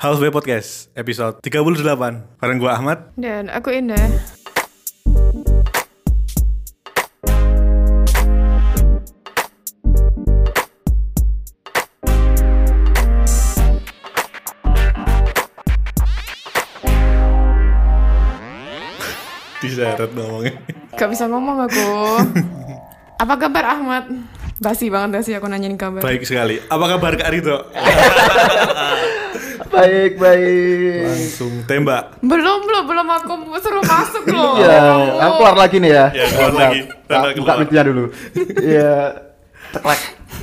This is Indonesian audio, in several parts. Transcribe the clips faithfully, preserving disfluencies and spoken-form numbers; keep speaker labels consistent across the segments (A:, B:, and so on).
A: Halfway Podcast episode tiga puluh delapan. Bareng gue Ahmad.
B: Dan aku Indah.
A: Diseret ngomongnya.
B: Gak bisa ngomong aku. Apa kabar Ahmad? Basi banget gak sih aku nanyain kabar.
A: Baik sekali. Apa kabar Kak Rito?
C: Baik, baik.
A: Langsung tembak.
B: Belum, belum, belum aku suruh masuk loh.
C: Iya, aku keluar lagi nih ya.
A: Ya, keluar lagi. Tanda
C: Buka
A: keluar.
C: pintunya dulu. Iya. Ceklek.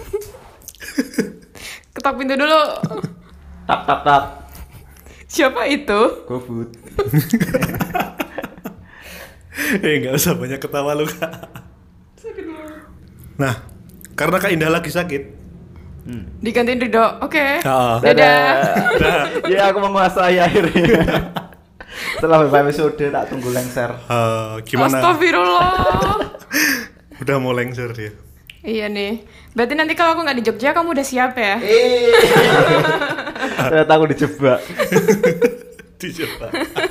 B: Ketok pintu dulu.
C: Tap, tap, tap.
B: Siapa itu?
C: GoFood.
A: Eh, gak usah banyak ketawa lu, Kak.
B: Sakit banget.
A: Nah, karena Kak Indah lagi sakit.
B: Digantiin Rido. Oke.
A: Oh.
B: Dadah.
C: Ya, aku menguasai akhirnya. Setelah beberapa episode tak tunggu lengser.
A: Uh, gimana?
B: Astagfirullah.
A: Udah mau lengser dia.
B: Iya nih. Berarti nanti kalau aku nggak di Jogja kamu udah siap ya?
C: Eh. Ternyata aku dijebak.
A: Dicoba.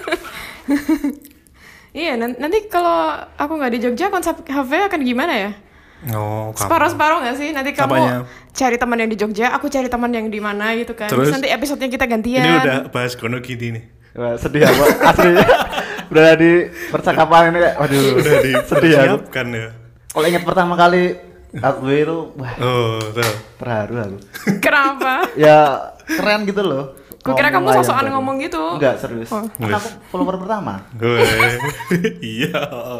B: Iya, nan- nanti kalau aku nggak di Jogja konsep cafe akan gimana ya?
A: Oh, kamu.
B: Separuh-separuh nggak sih? Nanti kamu
A: Apanya?
B: cari teman yang di Jogja, aku cari teman yang di mana gitu kan.
A: Terus?
B: Terus nanti episodenya kita gantian.
A: Ini udah bahas gono gini nih.
C: Wah, sedih aku aslinya. Udah di percakapan ini kayak waduh.
A: Udah
C: sedih aku.
A: dipersiapkan ya.
C: Kalau ingat pertama kali aku itu wah,
A: Oh, tuh.
C: terharu aku.
B: Kenapa?
C: Ya keren gitu loh.
B: Kukira kamu
C: Ngomong
B: sok-sokan
C: lain
B: ngomong
C: tadi.
B: gitu.
C: Enggak, serius.
B: Oh.
C: Kan aku follower pertama.
A: Gue. Iya.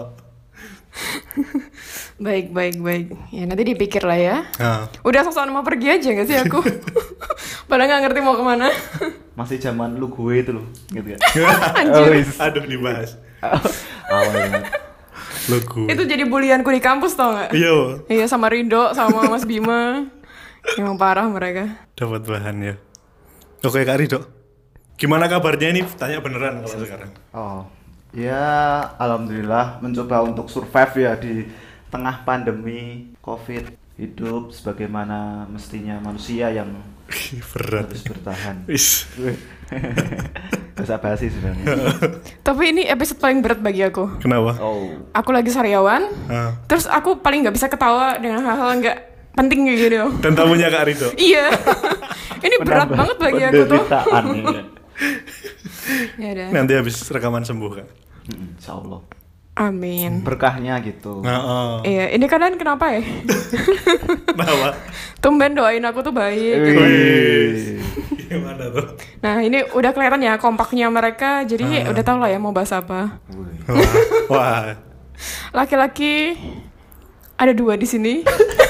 B: Baik, baik, baik. Ya nanti dipikir lah ya.
A: Nah,
B: Udah sok-sokan mau pergi aja gak sih aku? Padahal gak ngerti mau kemana.
C: Masih zaman lu gue itu loh, gitu ya.
B: Anjir.
C: Oh, is.
A: aduh dibahas.
C: Awalnya.
A: Logo.
B: Itu jadi bulianku di kampus tau gak?
A: Iya.
B: Iya sama Rido, sama Mas Bima. Emang parah mereka.
A: Dapat bahan ya. Oke Kak Rido. Gimana kabarnya ini? Tanya beneran kalau sekarang.
C: Oh, ya alhamdulillah mencoba untuk survive ya di tengah pandemi Covid, hidup sebagaimana mestinya manusia yang
A: Berat.
C: harus bertahan.
A: Wis.
C: Bahasa basi sebenarnya.
B: Tapi ini episode paling berat bagi aku.
A: Kenapa?
C: Oh,
B: Aku lagi sariawan,
A: Ah.
B: terus aku paling nggak bisa ketawa dengan hal-hal nggak penting kayak gitu.
A: Dan tamunya Kak Rido.
B: Iya. Ini berat
C: menambah
B: banget bagi aku tuh.
C: penderitaan ini.
B: Ya udah.
A: Nanti habis rekaman sembuh Kak.
C: Hmm, Insya Allah.
B: Amin.
C: Berkahnya gitu.
A: Nah, oh.
B: Iya, ini kalian kenapa ya?
A: Kenapa?
B: Tumben doain aku tuh baik. gitu.
A: Wih. Gimana tuh?
B: Nah, ini udah kelihatan ya kompaknya mereka, jadi udah tau lah ya mau bahas apa.
A: Wah. Wah.
B: Laki-laki ada dua di sini.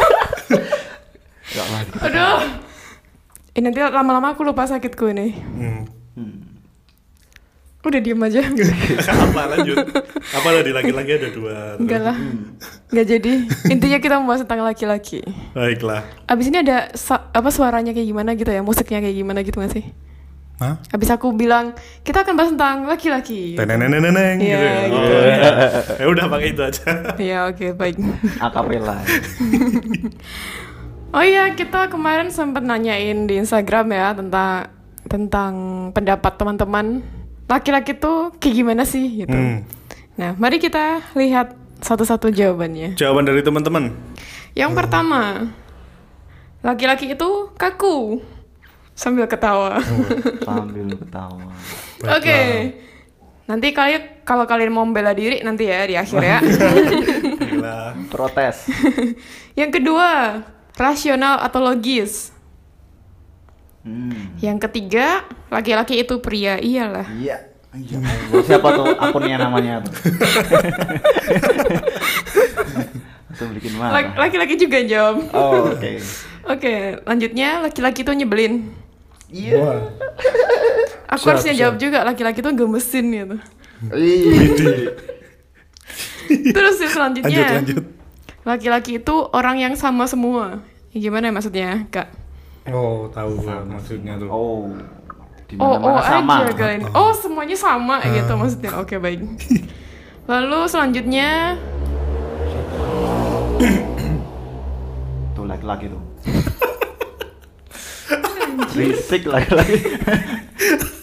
C: Gak lagi.
B: Aduh. Ini nanti lama-lama aku lupa sakitku ini.
A: Hmm.
B: Udah diem aja.
A: Apa lanjut? Apa tadi laki-laki ada dua?
B: Enggak lah. Enggak jadi. Intinya kita membahas tentang laki-laki.
A: Baiklah.
B: Abis ini ada sa- apa suaranya kayak gimana gitu ya, musiknya kayak gimana gitu gak sih?
A: Hah?
B: Abis aku bilang kita akan bahas tentang laki-laki.
A: Teneneneneng
B: Iya,
A: gitu ya.
B: gitu.
A: Oh, ya. Ya udah pakai itu aja.
B: Iya oke baik.
C: Akapela.
B: Oh iya kita kemarin sempat nanyain di Instagram ya tentang tentang pendapat teman-teman laki-laki tuh kayak gimana sih gitu.
A: Hmm.
B: Nah mari kita lihat satu-satu jawabannya.
A: Jawaban dari teman-teman.
B: Yang pertama, laki-laki itu kaku. Sambil ketawa.
C: Sambil ketawa.
B: Oke. Nanti kalian kalau kalian mau membela diri nanti ya di akhir ya.
A: Gila.
C: Protes.
B: Yang kedua, rasional atau logis.
C: Hmm.
B: Yang ketiga, laki-laki itu pria. Iyalah.
C: Iya. Ya Allah, siapa tuh akunnya namanya tuh? Langsung bikin
B: Lak-
C: marah.
B: Laki-laki juga jawab.
C: Oh, oke.
B: Oke, lanjutnya laki-laki itu nyebelin.
C: Iya.
A: Wah.
B: Aku
A: Siap,
B: harusnya
A: siap.
B: jawab juga laki-laki itu gemesin gitu.
C: Ih.
B: Terus yang selanjutnya,
A: Lanjut lanjut.
B: laki-laki itu orang yang sama semua. Ya, gimana ya maksudnya, Kak?
A: Oh, tahu gua maksudnya tuh.
C: Oh. Di
B: Oh, oh
C: mana-mana sama.
B: aja kalian. Oh, semuanya sama gitu maksudnya. Oke, baik. Lalu selanjutnya
C: Tuh laki-laki tuh. Berisik laki-laki.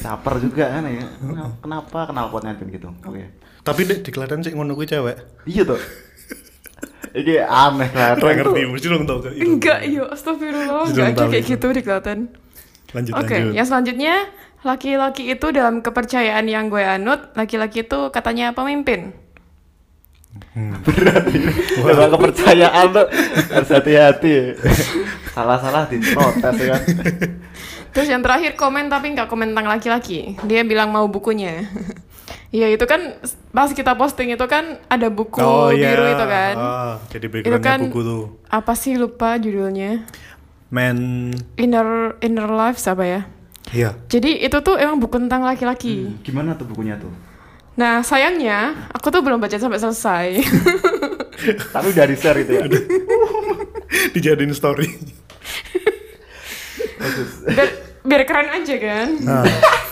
C: caper juga kan ya. Kenapa knalpotnya itu gitu? Oke.
A: Tapi dek di Klaten sih ngono kuwi cewek.
C: Iya tuh. Ini aneh kan.
A: Ora ngerti mesti dong tau gak?
B: Enggak, yuk, astagfirullah,
A: Sudah
B: enggak ada
A: tahu
B: kayak
A: itu.
B: gitu di Klaten.
A: Lanjut
B: Oke,
A: lanjut.
B: yang selanjutnya, laki-laki itu dalam kepercayaan yang gue anut, laki-laki itu katanya pemimpin.
C: Berat ini. Dengan kepercayaan tuh harus hati-hati. Salah-salah diprotes ya kan.
B: Terus yang terakhir komen tapi nggak komen tentang laki-laki. Dia bilang mau bukunya. Ya itu kan pas kita posting itu kan ada buku
A: Oh iya.
B: biru itu kan.
A: Ah, jadi
B: Itu
A: backgroundnya
B: kan
A: buku tuh.
B: apa sih lupa judulnya?
A: Man,
B: Inner Inner Lives apa ya?
A: iya.
B: Jadi itu tuh emang buku tentang laki-laki.
C: Gimana tuh bukunya tuh?
B: Nah sayangnya aku tuh belum baca sampai selesai.
C: Tapi udah di-share itu ya.
A: Dijadiin story.
C: Bagus.
B: biar, biar keren aja kan.
A: Nah,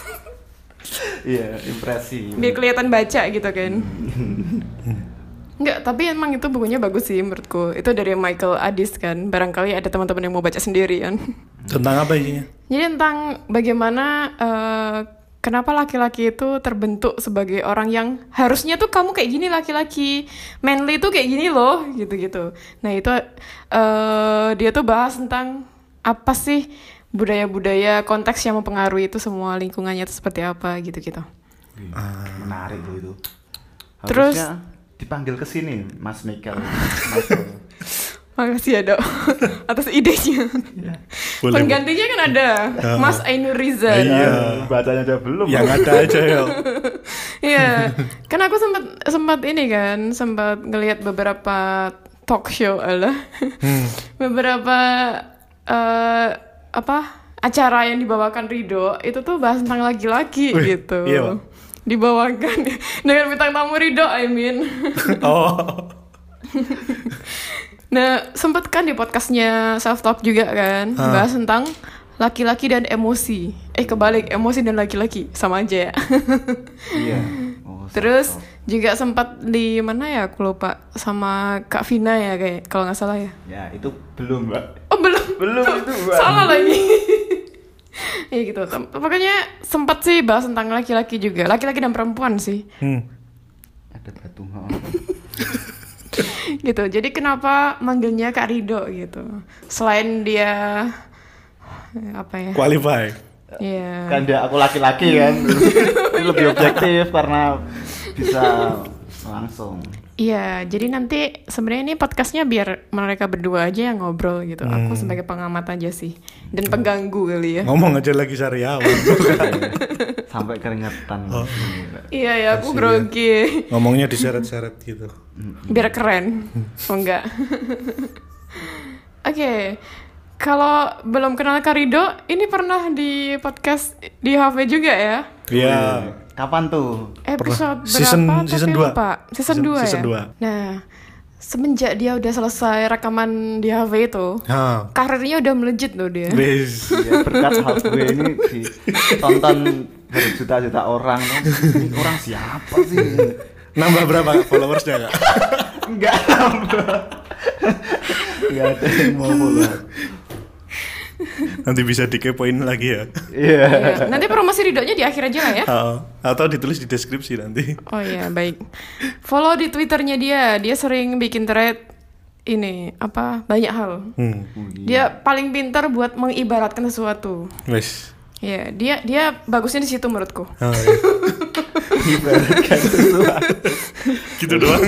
C: Iya, impresi.
B: Biar kelihatan baca gitu kan. Enggak, tapi emang itu bukunya bagus sih menurutku. Itu dari Michael Addis kan. Barangkali ada teman-teman yang mau baca sendiri kan.
A: tentang apa isinya?
B: Jadi tentang bagaimana eh, kenapa laki-laki itu terbentuk sebagai orang yang harusnya tuh kamu kayak gini laki-laki. Manly tuh kayak gini loh, gitu-gitu. Nah, itu eh, dia tuh bahas tentang apa sih budaya-budaya konteks yang mempengaruhi itu semua lingkungannya itu seperti apa gitu-gitu.
C: Wih, menarik tuh itu.
B: Terus-
C: Harusnya dipanggil ke sini, Mas Michael. Michael.
B: Makasih ya dok atas idenya.
A: Boleh.
B: Penggantinya kan ada Mas Ainur Rizal.
A: Iya.
C: Bacanya aja belum.
A: Yang ada aja ya.
B: Iya, kan aku sempat sempat ini kan sempat ngelihat beberapa talk show lah, beberapa eh, apa acara yang dibawakan Ridho itu tuh bahas tentang laki-laki
A: Wih,
B: gitu.
A: iya, Pak.
B: Dibawakan dengan bintang tamu Ridho, I mean.
A: Oh.
B: Nah, sempet kan di podcastnya Self Talk juga kan,
A: Ah.
B: bahas tentang laki-laki dan emosi. Eh kebalik, emosi dan laki-laki sama aja ya.
C: Iya. Oh,
B: Terus
C: stop.
B: juga sempat di mana ya aku lupa sama Kak Vina ya kayak kalau nggak salah ya.
C: Ya, itu belum, Mbak.
B: Oh belum,
C: Belum itu, Mbak.
B: salah lagi. Iya gitu. Tem- Pokoknya sempat sih bahas tentang laki-laki juga, laki-laki dan perempuan sih.
A: Hmm.
C: Ada batu.
B: Gitu. Jadi kenapa manggilnya Kak Ridho gitu? Selain dia eh, apa ya?
A: Qualify.
B: Iya.
C: Kan dia aku laki-laki kan. Ini lebih objektif karena bisa langsung.
B: Iya, jadi nanti sebenarnya ini podcastnya biar mereka berdua aja yang ngobrol gitu. Aku sebagai pengamat aja sih dan pengganggu kali ya.
A: Ngomong aja lagi sariawan.
C: Sampai keringetan.
B: Iya ya, aku grogi.
A: Ngomongnya diseret-seret gitu.
B: Biar keren. Oh enggak. Oke. Kalau belum kenal Karido, ini pernah di podcast di H V juga ya?
A: Iya.
C: Kapan tuh?
B: Episode
A: Pernah. Season-
B: berapa?
A: season
B: tapi
A: dua.
B: lupa. Season,
A: Season-
B: dua
A: season
B: ya?
A: dua.
B: Nah, semenjak dia udah selesai rekaman di H V itu,
A: Ha.
B: karirnya udah melejit loh dia.
A: Wis.
C: Ya, berkat hal gue ini ditonton berjuta-juta orang. Ini orang siapa sih?
A: Nambah berapa followersnya kak?
C: Enggak nambah. Enggak ada yang mau follow.
A: Nanti bisa dikepoin lagi ya.
C: Iya.
B: Iya. Nanti promosi Ridhonya di akhir aja lah ya.
A: Ha. Atau ditulis di deskripsi nanti.
B: Oh iya, baik. Follow di Twitternya dia. Dia sering bikin thread ini apa banyak hal.
A: Hmm.
B: Dia paling pintar buat mengibaratkan sesuatu.
A: Wis.
B: Ya, dia dia bagusnya di situ menurutku.
A: Ha, ya.
C: Ibaratkan sesuatu.
A: Gitu doang.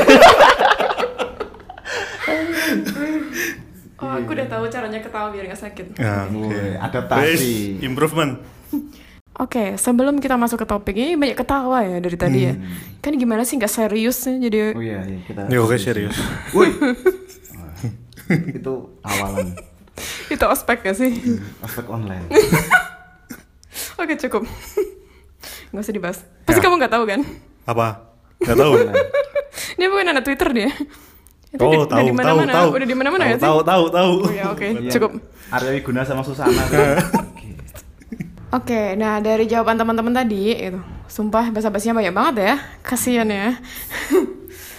B: Oh, aku udah tahu caranya ketawa biar nggak sakit.
A: Nah,
C: Woi,
A: oke.
C: adaptasi.
A: Wis, improvement.
B: Oke, sebelum kita masuk ke topik ini banyak ketawa ya dari tadi ya. Kan gimana sih nggak serius nih jadi.
C: Oh iya, iya kita.
A: Ya oke serius.
C: Woi. Wah, itu awalan
B: Itu ospek gak sih?
C: aspek online.
B: Oke, cukup. Nggak usah dibahas. Pasti
A: Ya.
B: kamu nggak tahu kan?
A: Apa? Gak tahu.
B: Dia bukan anak Twitter dia. Itu
A: Oh,
B: di- udah
A: tahu,
B: di
A: tahu,
B: mana-mana.
A: tahu.
B: Udah di mana-mana ya sih?
A: Tahu, tahu, tahu.
B: Oh ya, oke,
C: Iya,
B: cukup.
C: Arya Wiguna sama Susana. Oke.
B: Oke, nah dari jawaban teman-teman tadi itu, sumpah basa-basinya banyak banget ya, kasian ya.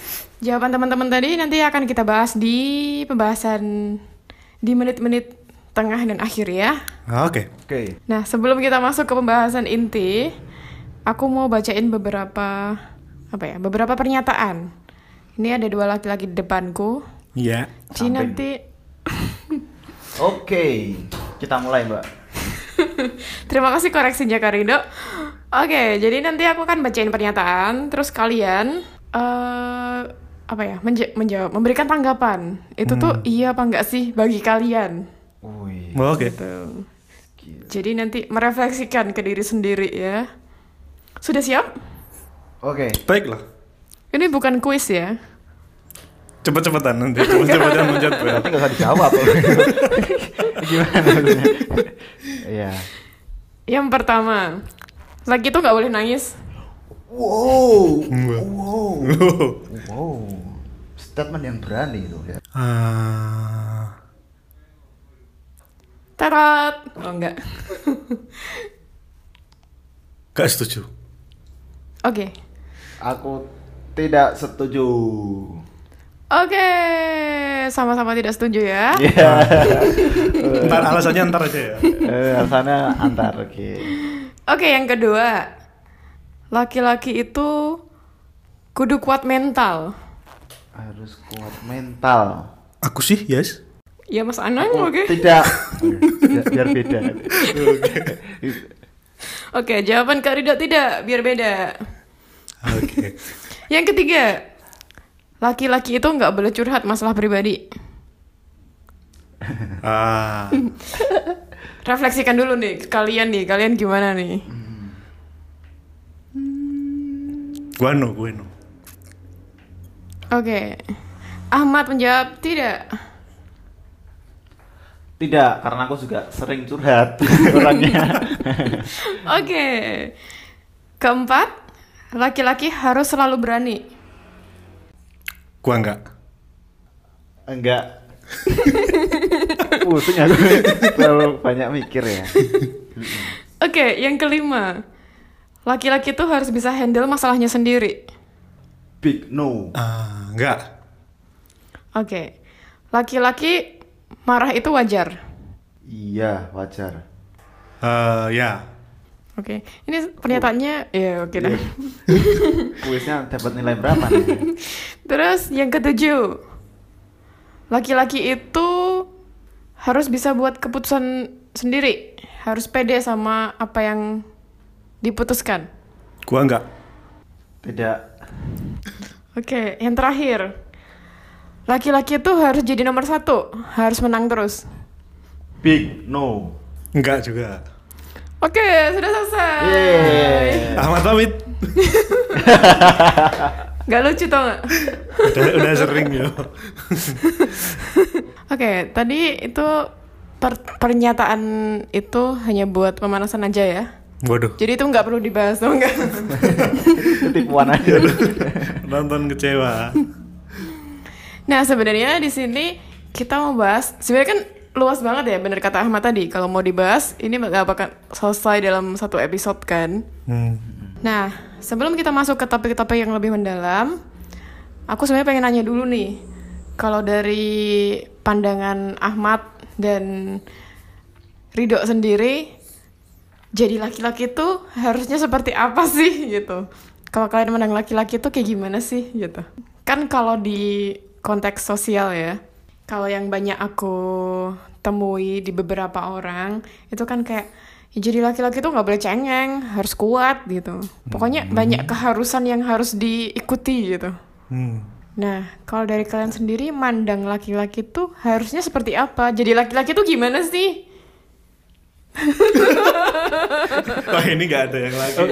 B: Jawaban teman-teman tadi nanti akan kita bahas di pembahasan di menit-menit tengah, dan akhir ya.
A: Ah, Oke.
C: Oke.
B: Nah, sebelum kita masuk ke pembahasan inti, aku mau bacain beberapa apa ya, beberapa pernyataan. Ini ada dua laki-laki di depanku.
A: Iya.
B: Jadi
C: Samping.
B: nanti
C: Oke, kita mulai Mbak.
B: terima kasih koreksinya Kak Rido. Oke, jadi nanti aku akan bacain pernyataan, terus kalian eh apa ya, menja- menjawab, memberikan tanggapan. Itu tuh iya apa enggak sih bagi kalian?
C: Wih.
A: Oh, Oke.
B: Gitu. Jadi nanti merefleksikan ke diri sendiri ya. Sudah siap?
C: Oke.
A: Baiklah.
B: Ini bukan kuis ya.
A: Cepet-cepetan nanti. Cepet-cepetan mencet bel.
C: Tapi nggak usah dijawab. Gimana maksudnya? Iya.
B: Yang pertama, laki itu nggak boleh nangis.
C: Wow.
A: Enggak.
C: Wow. Wow. Statement yang berani itu ya.
A: Ah.
B: Tarot. Oh enggak.
A: Gak setuju.
B: Oke.
C: Aku tidak setuju.
B: Oke, sama-sama tidak setuju ya.
C: Iya.
A: Ntar alasannya ntar aja ya.
C: Eh, alasannya antar. Oke.
B: Oke, yang kedua. Laki-laki itu kudu kuat mental.
C: Harus kuat mental.
A: Aku sih yes.
B: Ya Mas Anang,
C: Aku
B: oke.
C: Tidak. Biar, biar beda.
B: Oke, jawaban Kak Rido tidak, biar beda.
A: Oke.
B: Yang ketiga, laki-laki itu nggak boleh curhat masalah pribadi.
A: Ah.
B: Refleksikan dulu nih, kalian nih, kalian gimana nih?
A: Gua no, gue no.
B: Oke, Ahmad menjawab tidak.
C: Tidak, karena aku juga sering curhat orangnya.
B: Oke, keempat, laki-laki harus selalu berani.
A: Gua enggak.
C: Enggak. Pusing aku. Terlalu banyak mikir ya.
B: Oke, yang kelima, laki-laki tuh harus bisa handle masalahnya sendiri.
C: Big no.
A: Ah, enggak.
B: Oke, laki-laki marah itu wajar.
C: Iya, wajar.
A: Eh, ya.
B: Oke, ini pernyataannya ya oke dah.
C: Kuisnya dapat nilai berapa nih?
B: Terus yang ketujuh, laki-laki itu harus bisa buat keputusan sendiri, harus pede sama apa yang diputuskan.
A: Gua enggak.
C: Tidak.
B: Oke, yang terakhir, laki-laki itu harus jadi nomor satu, harus menang terus.
C: Big no.
A: Enggak juga.
B: Oke, sudah selesai.
C: Yeay.
A: Ahmad pamit.
B: Gak lucu tau gak?
A: Udah, udah sering ya.
B: Oke, tadi itu per- pernyataan itu hanya buat pemanasan aja ya.
A: Waduh.
B: Jadi itu nggak perlu dibahas, tau nggak?
C: Itu tipuan aja.
A: Nonton kecewa.
B: Nah, sebenarnya di sini kita mau bahas, sebenarnya kan luas banget ya, bener kata Ahmad tadi. Kalau mau dibahas, ini nggak bakal selesai dalam satu episode kan.
A: Hmm.
B: Nah, sebelum kita masuk ke topik-topik yang lebih mendalam, aku sebenarnya pengen nanya dulu nih, kalau dari pandangan Ahmad dan Rido sendiri, jadi laki-laki tuh harusnya seperti apa sih gitu? Kalau kalian memandang laki-laki tuh kayak gimana sih gitu? Kan kalau di konteks sosial ya, kalau yang banyak aku temui di beberapa orang, itu kan kayak, ya jadi laki-laki tuh nggak boleh cengeng, harus kuat gitu. Pokoknya banyak keharusan yang harus diikuti gitu.
A: Hmm.
B: Nah, kalau dari kalian sendiri mandang laki-laki tuh harusnya seperti apa? Jadi laki-laki tuh gimana sih?
A: Wah, ini nggak ada yang lagi.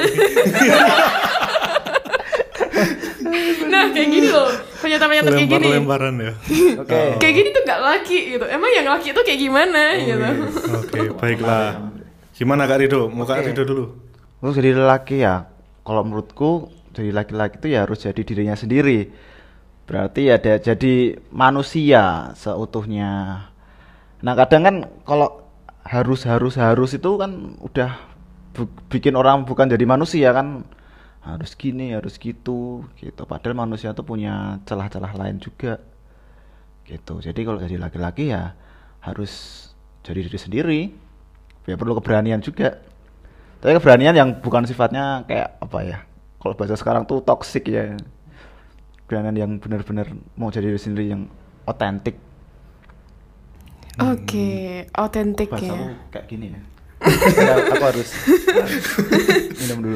B: Nah, kayak gini loh. Pernyataan-pernyataan kayak gini.
A: Lempar-lemparan ya.
C: Oke.
B: Kayak gini tuh nggak laki gitu. Emang yang laki tuh kayak gimana gitu?
A: Oke, baiklah. Gimana Kak Rido? Mau Kak
C: Oke.
A: Rido dulu.
C: Untuk jadi lelaki ya, kalau menurutku jadi laki-laki itu ya harus jadi dirinya sendiri. Berarti ya dia jadi manusia seutuhnya. Nah kadang kan kalau harus harus harus itu kan udah bu- bikin orang bukan jadi manusia kan, harus gini harus gitu gitu. Padahal manusia tuh punya celah-celah lain juga gitu. Jadi kalau jadi laki-laki ya harus jadi diri sendiri. Ya perlu keberanian juga. Tapi keberanian yang bukan sifatnya kayak apa ya? Kalau bahasa sekarang tuh toxic ya. Keberanian yang benar-benar mau jadi diri sendiri yang otentik.
B: Oke, okay, otentik
C: Bahasa
B: ya.
C: aku kayak gini ya. Ya, aku harus minum dulu.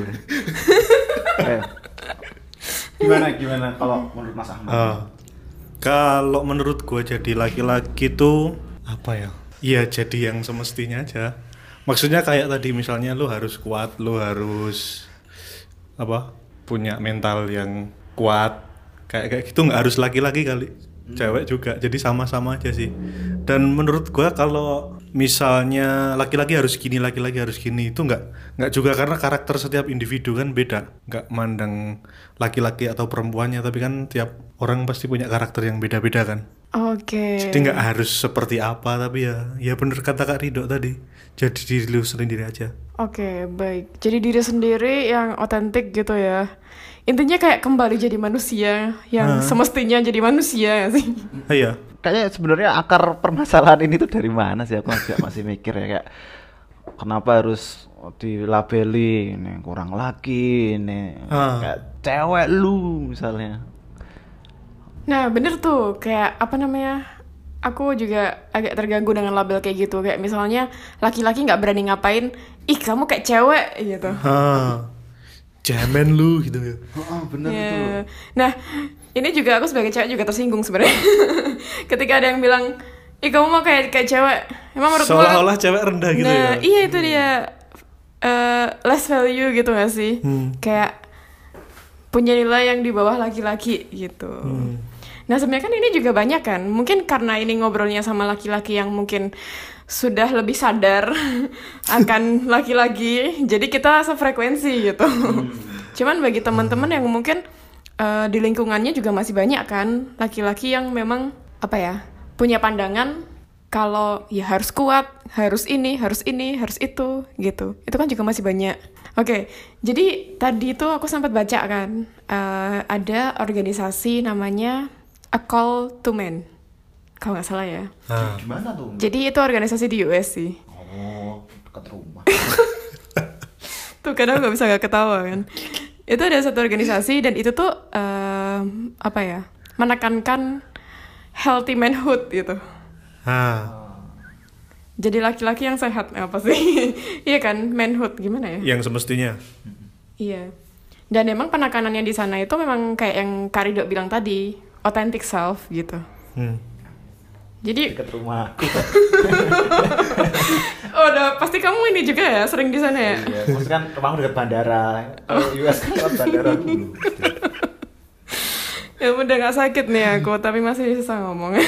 C: Eh, gimana gimana kalau menurut Mas Ahmad?
A: Uh, kalau menurut gue jadi laki-laki tuh apa ya? Iya jadi yang semestinya aja. Maksudnya kayak tadi misalnya lu harus kuat, lu harus apa? Punya mental yang kuat. Kayak kayak gitu nggak harus laki-laki kali. Cewek juga, jadi sama-sama aja sih. Dan menurut gua kalau misalnya laki-laki harus gini, laki-laki harus gini, itu nggak nggak juga, karena karakter setiap individu kan beda. Nggak mandang laki-laki atau perempuannya, tapi kan tiap orang pasti punya karakter yang beda-beda kan.
B: Oke.
A: Jadi nggak harus seperti apa, tapi ya ya bener kata Kak Rido tadi, jadi diri lu sendiri aja.
B: Oke, baik. Jadi diri sendiri yang otentik gitu ya. Intinya kayak kembali jadi manusia yang
A: Hmm.
B: semestinya jadi manusia sih.
A: Iya.
C: Kayaknya sebenarnya akar permasalahan ini tuh dari mana sih, aku masih masih mikir ya, kayak kenapa harus dilabeli ini kurang laki, ini
A: Ah.
C: kayak cewek lu misalnya.
B: Nah, bener tuh. Kayak apa namanya? Aku juga agak terganggu dengan label kayak gitu. Kayak misalnya laki-laki nggak berani ngapain, ih kamu kayak cewek gitu.
A: Ha. Jaman lu gitu ya.
C: Oh, bener
B: Ya.
C: itu.
B: Nah, ini juga aku sebagai cewek juga tersinggung sebenarnya. Ketika ada yang bilang, ih kamu mau kayak kayak cewek. Emang menurut gua
A: Seolah-olah cewek rendah gitu
B: nah,
A: ya.
B: iya itu dia eh, less value gitu gak sih?
A: Hmm.
B: Kayak punya nilai yang di bawah laki-laki gitu.
A: Hmm.
B: Nah sebenarnya kan ini juga banyak kan. Mungkin karena ini ngobrolnya sama laki-laki yang mungkin sudah lebih sadar akan laki-laki, jadi kita sefrekuensi gitu. Cuman bagi teman-teman yang mungkin eh, di lingkungannya juga masih banyak kan laki-laki yang memang apa ya, punya pandangan kalau ya harus kuat, harus ini, harus ini, harus itu gitu. Itu kan juga masih banyak. Oke, jadi tadi itu aku sempat baca kan eh, ada organisasi namanya A Call to Men, kalau nggak salah ya.
A: Ah.
C: Gimana tuh?
B: Jadi itu organisasi di U S sih.
C: Oh, dekat rumah.
B: Tuh kadang nggak bisa nggak ketawa kan. Itu ada satu organisasi dan itu tuh em, apa ya, menekankan healthy manhood gitu.
A: Ah.
B: Jadi laki-laki yang sehat apa sih? Iya kan, manhood gimana ya?
A: Yang semestinya.
B: Iya. Dan emang penekanannya di sana itu memang kayak yang Kak Rido bilang tadi, authentic self gitu.
A: Hmm.
B: Jadi
C: Dekat rumah.
B: oh, udah pasti kamu ini juga ya, sering di sana ya?
C: Iya, maksudnya kan rumahku dekat bandara. Kalau U S kan lewat bandara dulu.
B: Ya udah nggak sakit nih aku, tapi masih bisa ngomong.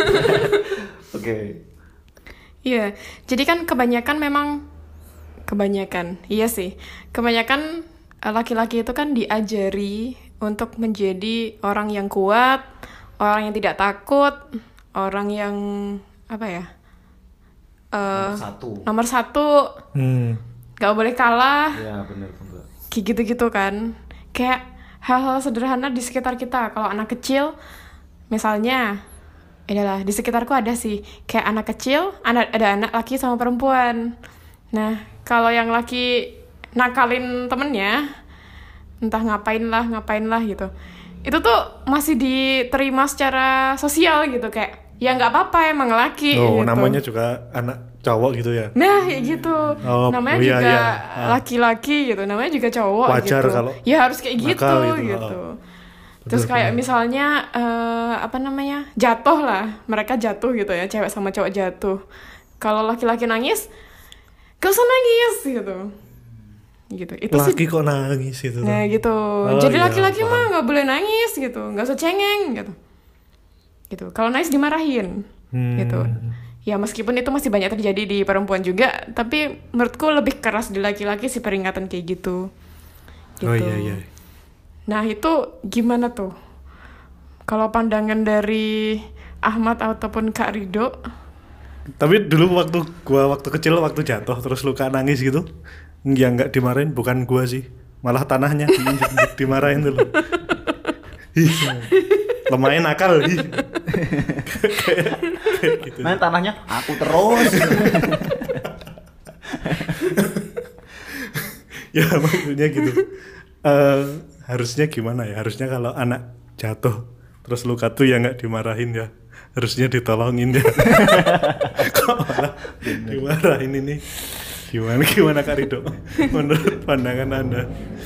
C: Oke.
B: Iya, jadi kan kebanyakan memang kebanyakan, iya sih, kebanyakan eh, laki-laki itu kan diajari untuk menjadi orang yang kuat, orang yang tidak takut, orang yang apa ya? Eh,
C: Nomor satu.
B: nomor satu,
A: Hmm.
B: gak boleh kalah,
C: Iya, benar benar.
B: kayak gitu-gitu kan. Kayak hal-hal sederhana di sekitar kita. Kalau anak kecil, misalnya, adalah di sekitarku ada sih, kayak anak kecil, anak, ada anak laki sama perempuan. Nah, kalau yang laki nakalin temennya, entah ngapain lah, ngapain lah gitu, itu tuh masih diterima secara sosial gitu, kayak ya nggak apa-apa emang laki.
A: Oh,
B: gitu.
A: namanya juga anak cowok gitu ya.
B: Nah, kayak gitu.
A: Oh,
B: namanya
A: oh iya,
B: juga
A: iya. Ah.
B: laki-laki gitu, namanya juga cowok
A: Wajar
B: gitu.
A: kalau
B: Ya harus kayak gitu
A: nakal
B: gitu.
A: gitu. Oh.
B: Terus
A: Betul,
B: kayak
A: betul.
B: misalnya eh, apa namanya? Jatuh lah. Mereka jatuh gitu ya, cewek sama cowok jatuh. Kalau laki-laki nangis, gak usah nangis gitu. Gitu. Itu sih.
A: Laki kok nangis itu.
B: Nah, gitu.
A: Oh,
B: Jadi
A: iya,
B: laki-laki
A: paham.
B: mah nggak boleh nangis gitu, nggak usah cengeng gitu. Gitu. Kalau nangis dimarahin.
A: Hmm.
B: Gitu. Ya meskipun itu masih banyak terjadi di perempuan juga, tapi menurutku lebih keras di laki-laki sih peringatan kayak gitu. Gitu.
A: Oh iya iya.
B: Nah itu gimana tuh? Kalau pandangan dari Ahmad ataupun Kak Rido?
A: Tapi dulu waktu gua waktu kecil waktu jatuh terus luka nangis gitu, ya nggak dimarahin, bukan gua sih, malah tanahnya diinjek dimarahin dulu. Ih, lumayan nakal. Ih. Kayak gitu.
C: Main tanahnya aku terus.
A: Ya maksudnya gitu. Eh, harusnya gimana ya? Harusnya kalau anak jatuh terus luka tuh ya nggak dimarahin ya. Harusnya ditolongin ya. Kok malah dimarahin ini? Gimana gimana Kak Rido? Menurut pandangan Anda?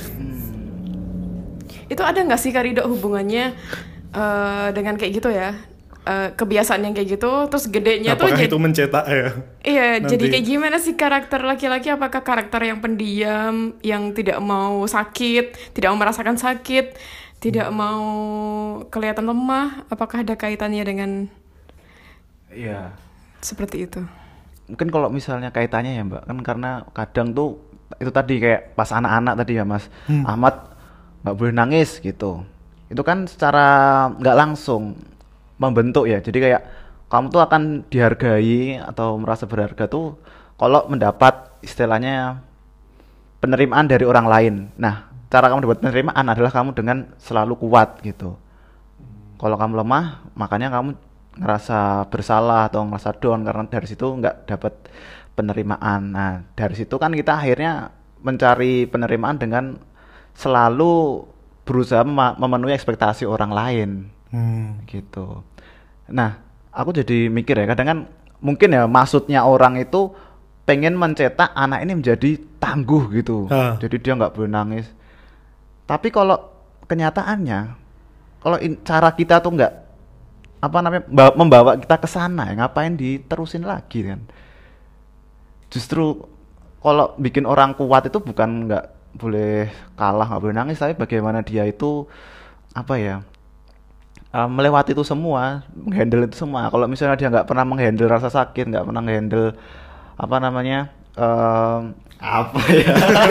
B: Itu ada nggak sih Kak Rido hubungannya uh, dengan kayak gitu ya? Uh, kebiasaan yang kayak gitu, terus gedenya tuh
A: Apakah
B: jadi
A: itu mencetak ya?
B: iya,
A: Nanti.
B: jadi kayak gimana sih karakter laki-laki? Apakah karakter yang pendiam, yang tidak mau sakit, tidak mau merasakan sakit, tidak mau kelihatan lemah? Apakah ada kaitannya dengan
C: Iya.
B: seperti itu?
C: Mungkin kalau misalnya kaitannya ya Mbak, kan karena kadang tuh itu tadi kayak pas anak-anak tadi ya Mas,
A: Hmm.
C: Ahmad nggak boleh nangis gitu. Itu kan secara nggak langsung membentuk ya. Jadi kayak kamu tuh akan dihargai atau merasa berharga tuh kalau mendapat istilahnya penerimaan dari orang lain. Nah, cara kamu dapat penerimaan adalah kamu dengan selalu kuat gitu. Kalau kamu lemah, makanya kamu ngerasa bersalah atau ngerasa down karena dari situ nggak dapat penerimaan. Nah, dari situ kan kita akhirnya mencari penerimaan dengan selalu berusaha mema- memenuhi ekspektasi orang lain.
A: Hmm.
C: Gitu. Nah, aku jadi mikir ya, kadang kan mungkin ya maksudnya orang itu pengen mencetak anak ini menjadi tangguh gitu.
A: Ah.
C: Jadi dia nggak boleh nangis. Tapi kalau kenyataannya, kalau in- cara kita tuh nggak apa namanya mba- membawa kita ke sana, ya ngapain diterusin lagi kan? Justru kalau bikin orang kuat itu bukan nggak boleh kalah, nggak boleh nangis, tapi bagaimana dia itu apa ya? Uh, melewati itu semua, menghandle itu semua. Kalau misalnya dia nggak pernah menghandle rasa sakit, nggak pernah menghandle apa namanya, um, apa ya?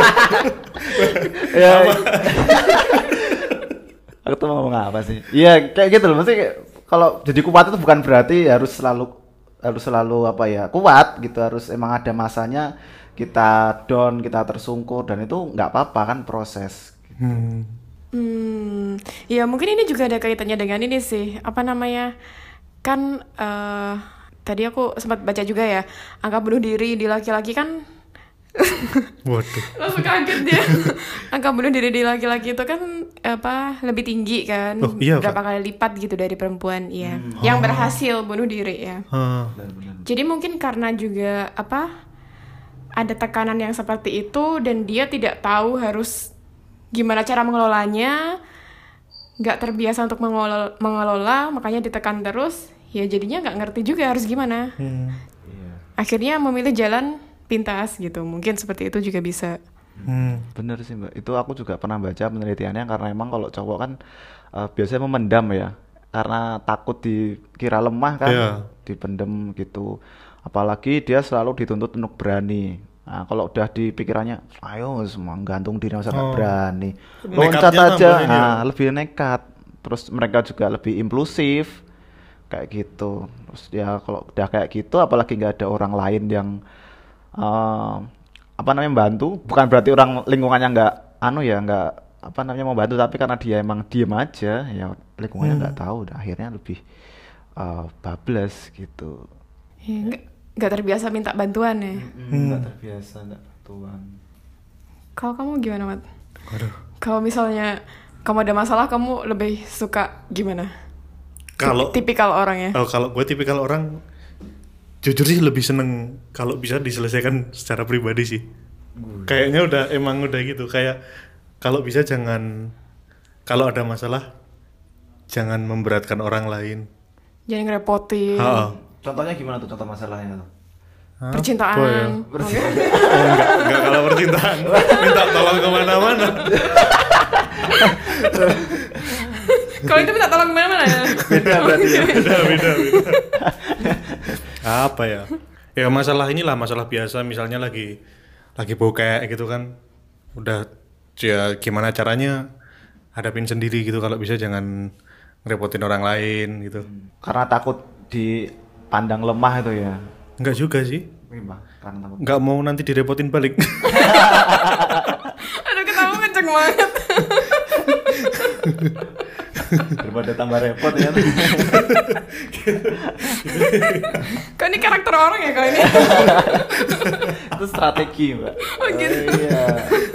C: ya, aku tuh mau ngomong apa sih? Iya kayak gitu loh. Maksudnya kayak, kalau jadi kuat itu bukan berarti harus selalu harus selalu apa ya kuat gitu. Harus emang ada masanya kita down, kita tersungkur dan itu nggak apa-apa kan proses.
A: Hmm.
B: Hmm, ya mungkin ini juga ada kaitannya dengan ini sih, apa namanya, kan eh tadi aku sempat baca juga ya, angka bunuh diri di laki-laki kan,
A: Waduh.
B: langsung kaget dia, angka bunuh diri di laki-laki itu kan apa lebih tinggi kan,
A: Oh, iya,
B: berapa
A: Kak?
B: kali lipat gitu dari perempuan, ya, yang berhasil bunuh diri ya.
A: Ah.
B: Jadi mungkin karena juga apa ada tekanan yang seperti itu dan dia tidak tahu harus gimana cara mengelolanya, nggak terbiasa untuk mengelola, mengelola, makanya ditekan terus, ya jadinya nggak ngerti juga harus gimana.
A: Hmm.
B: Akhirnya memilih jalan pintas gitu, mungkin seperti itu juga bisa.
A: Hmm.
C: Bener sih Mbak, itu aku juga pernah baca penelitiannya karena emang kalau cowok kan uh, biasanya memendam ya, karena takut dikira lemah kan,
A: Iya.
C: dipendem gitu. Apalagi dia selalu dituntut untuk berani. Nah kalau udah di pikirannya, ayo semua gantung diri masa nggak
A: Oh.
C: berani, loncat
A: Nekatnya
C: aja,
A: tambah ini ya?
C: nah, lebih nekat. Terus mereka juga lebih impulsif kayak gitu. Terus ya kalau udah kayak gitu, apalagi nggak ada orang lain yang uh, apa namanya membantu, bukan berarti orang lingkungannya nggak anu ya nggak apa namanya mau bantu, tapi karena dia emang diem aja ya lingkungannya nggak tahu, udah akhirnya lebih uh, bablas gitu.
B: Ya, nggak nggak terbiasa minta bantuan ya.
C: Nggak terbiasa nggak bantuan.
B: Kalau kamu gimana, Mat?
A: Waduh.
B: Kalau misalnya kamu ada masalah, kamu lebih suka gimana?
A: Kalau
B: Tip- tipikal orang ya.
A: oh, kalau gue tipikal orang jujur sih lebih seneng kalau bisa diselesaikan secara pribadi sih. Kayaknya udah emang udah gitu. Kayak kalau bisa jangan kalau ada masalah jangan memberatkan orang lain.
B: Jangan ngerepotin.
A: Ha-ha.
C: Contohnya gimana tuh contoh masalahnya tuh?
A: Apa ya?
B: Percintaan.
A: Oh, enggak, enggak kalau percintaan. Minta tolong kemana-mana.
B: Kalau itu minta tolong kemana-mana ya.
C: Beda berarti ya.
A: Beda, beda, beda. Apa ya? Ya masalah inilah masalah biasa. Misalnya lagi lagi bokeh gitu kan. Udah ya gimana caranya hadapin sendiri gitu. Kalau bisa jangan ngerepotin orang lain gitu.
C: Karena takut dipandang lemah itu ya.
A: Enggak juga sih.
C: Wih, karena takut.
A: Enggak mau nanti direpotin balik.
B: Aduh, ketawa kenceng banget.
C: daripada tambah repot ya.
B: Kok ini karakter orang ya kau ini?
C: Itu strategi, Mbak.
B: Oh, gitu.
C: Oh, iya.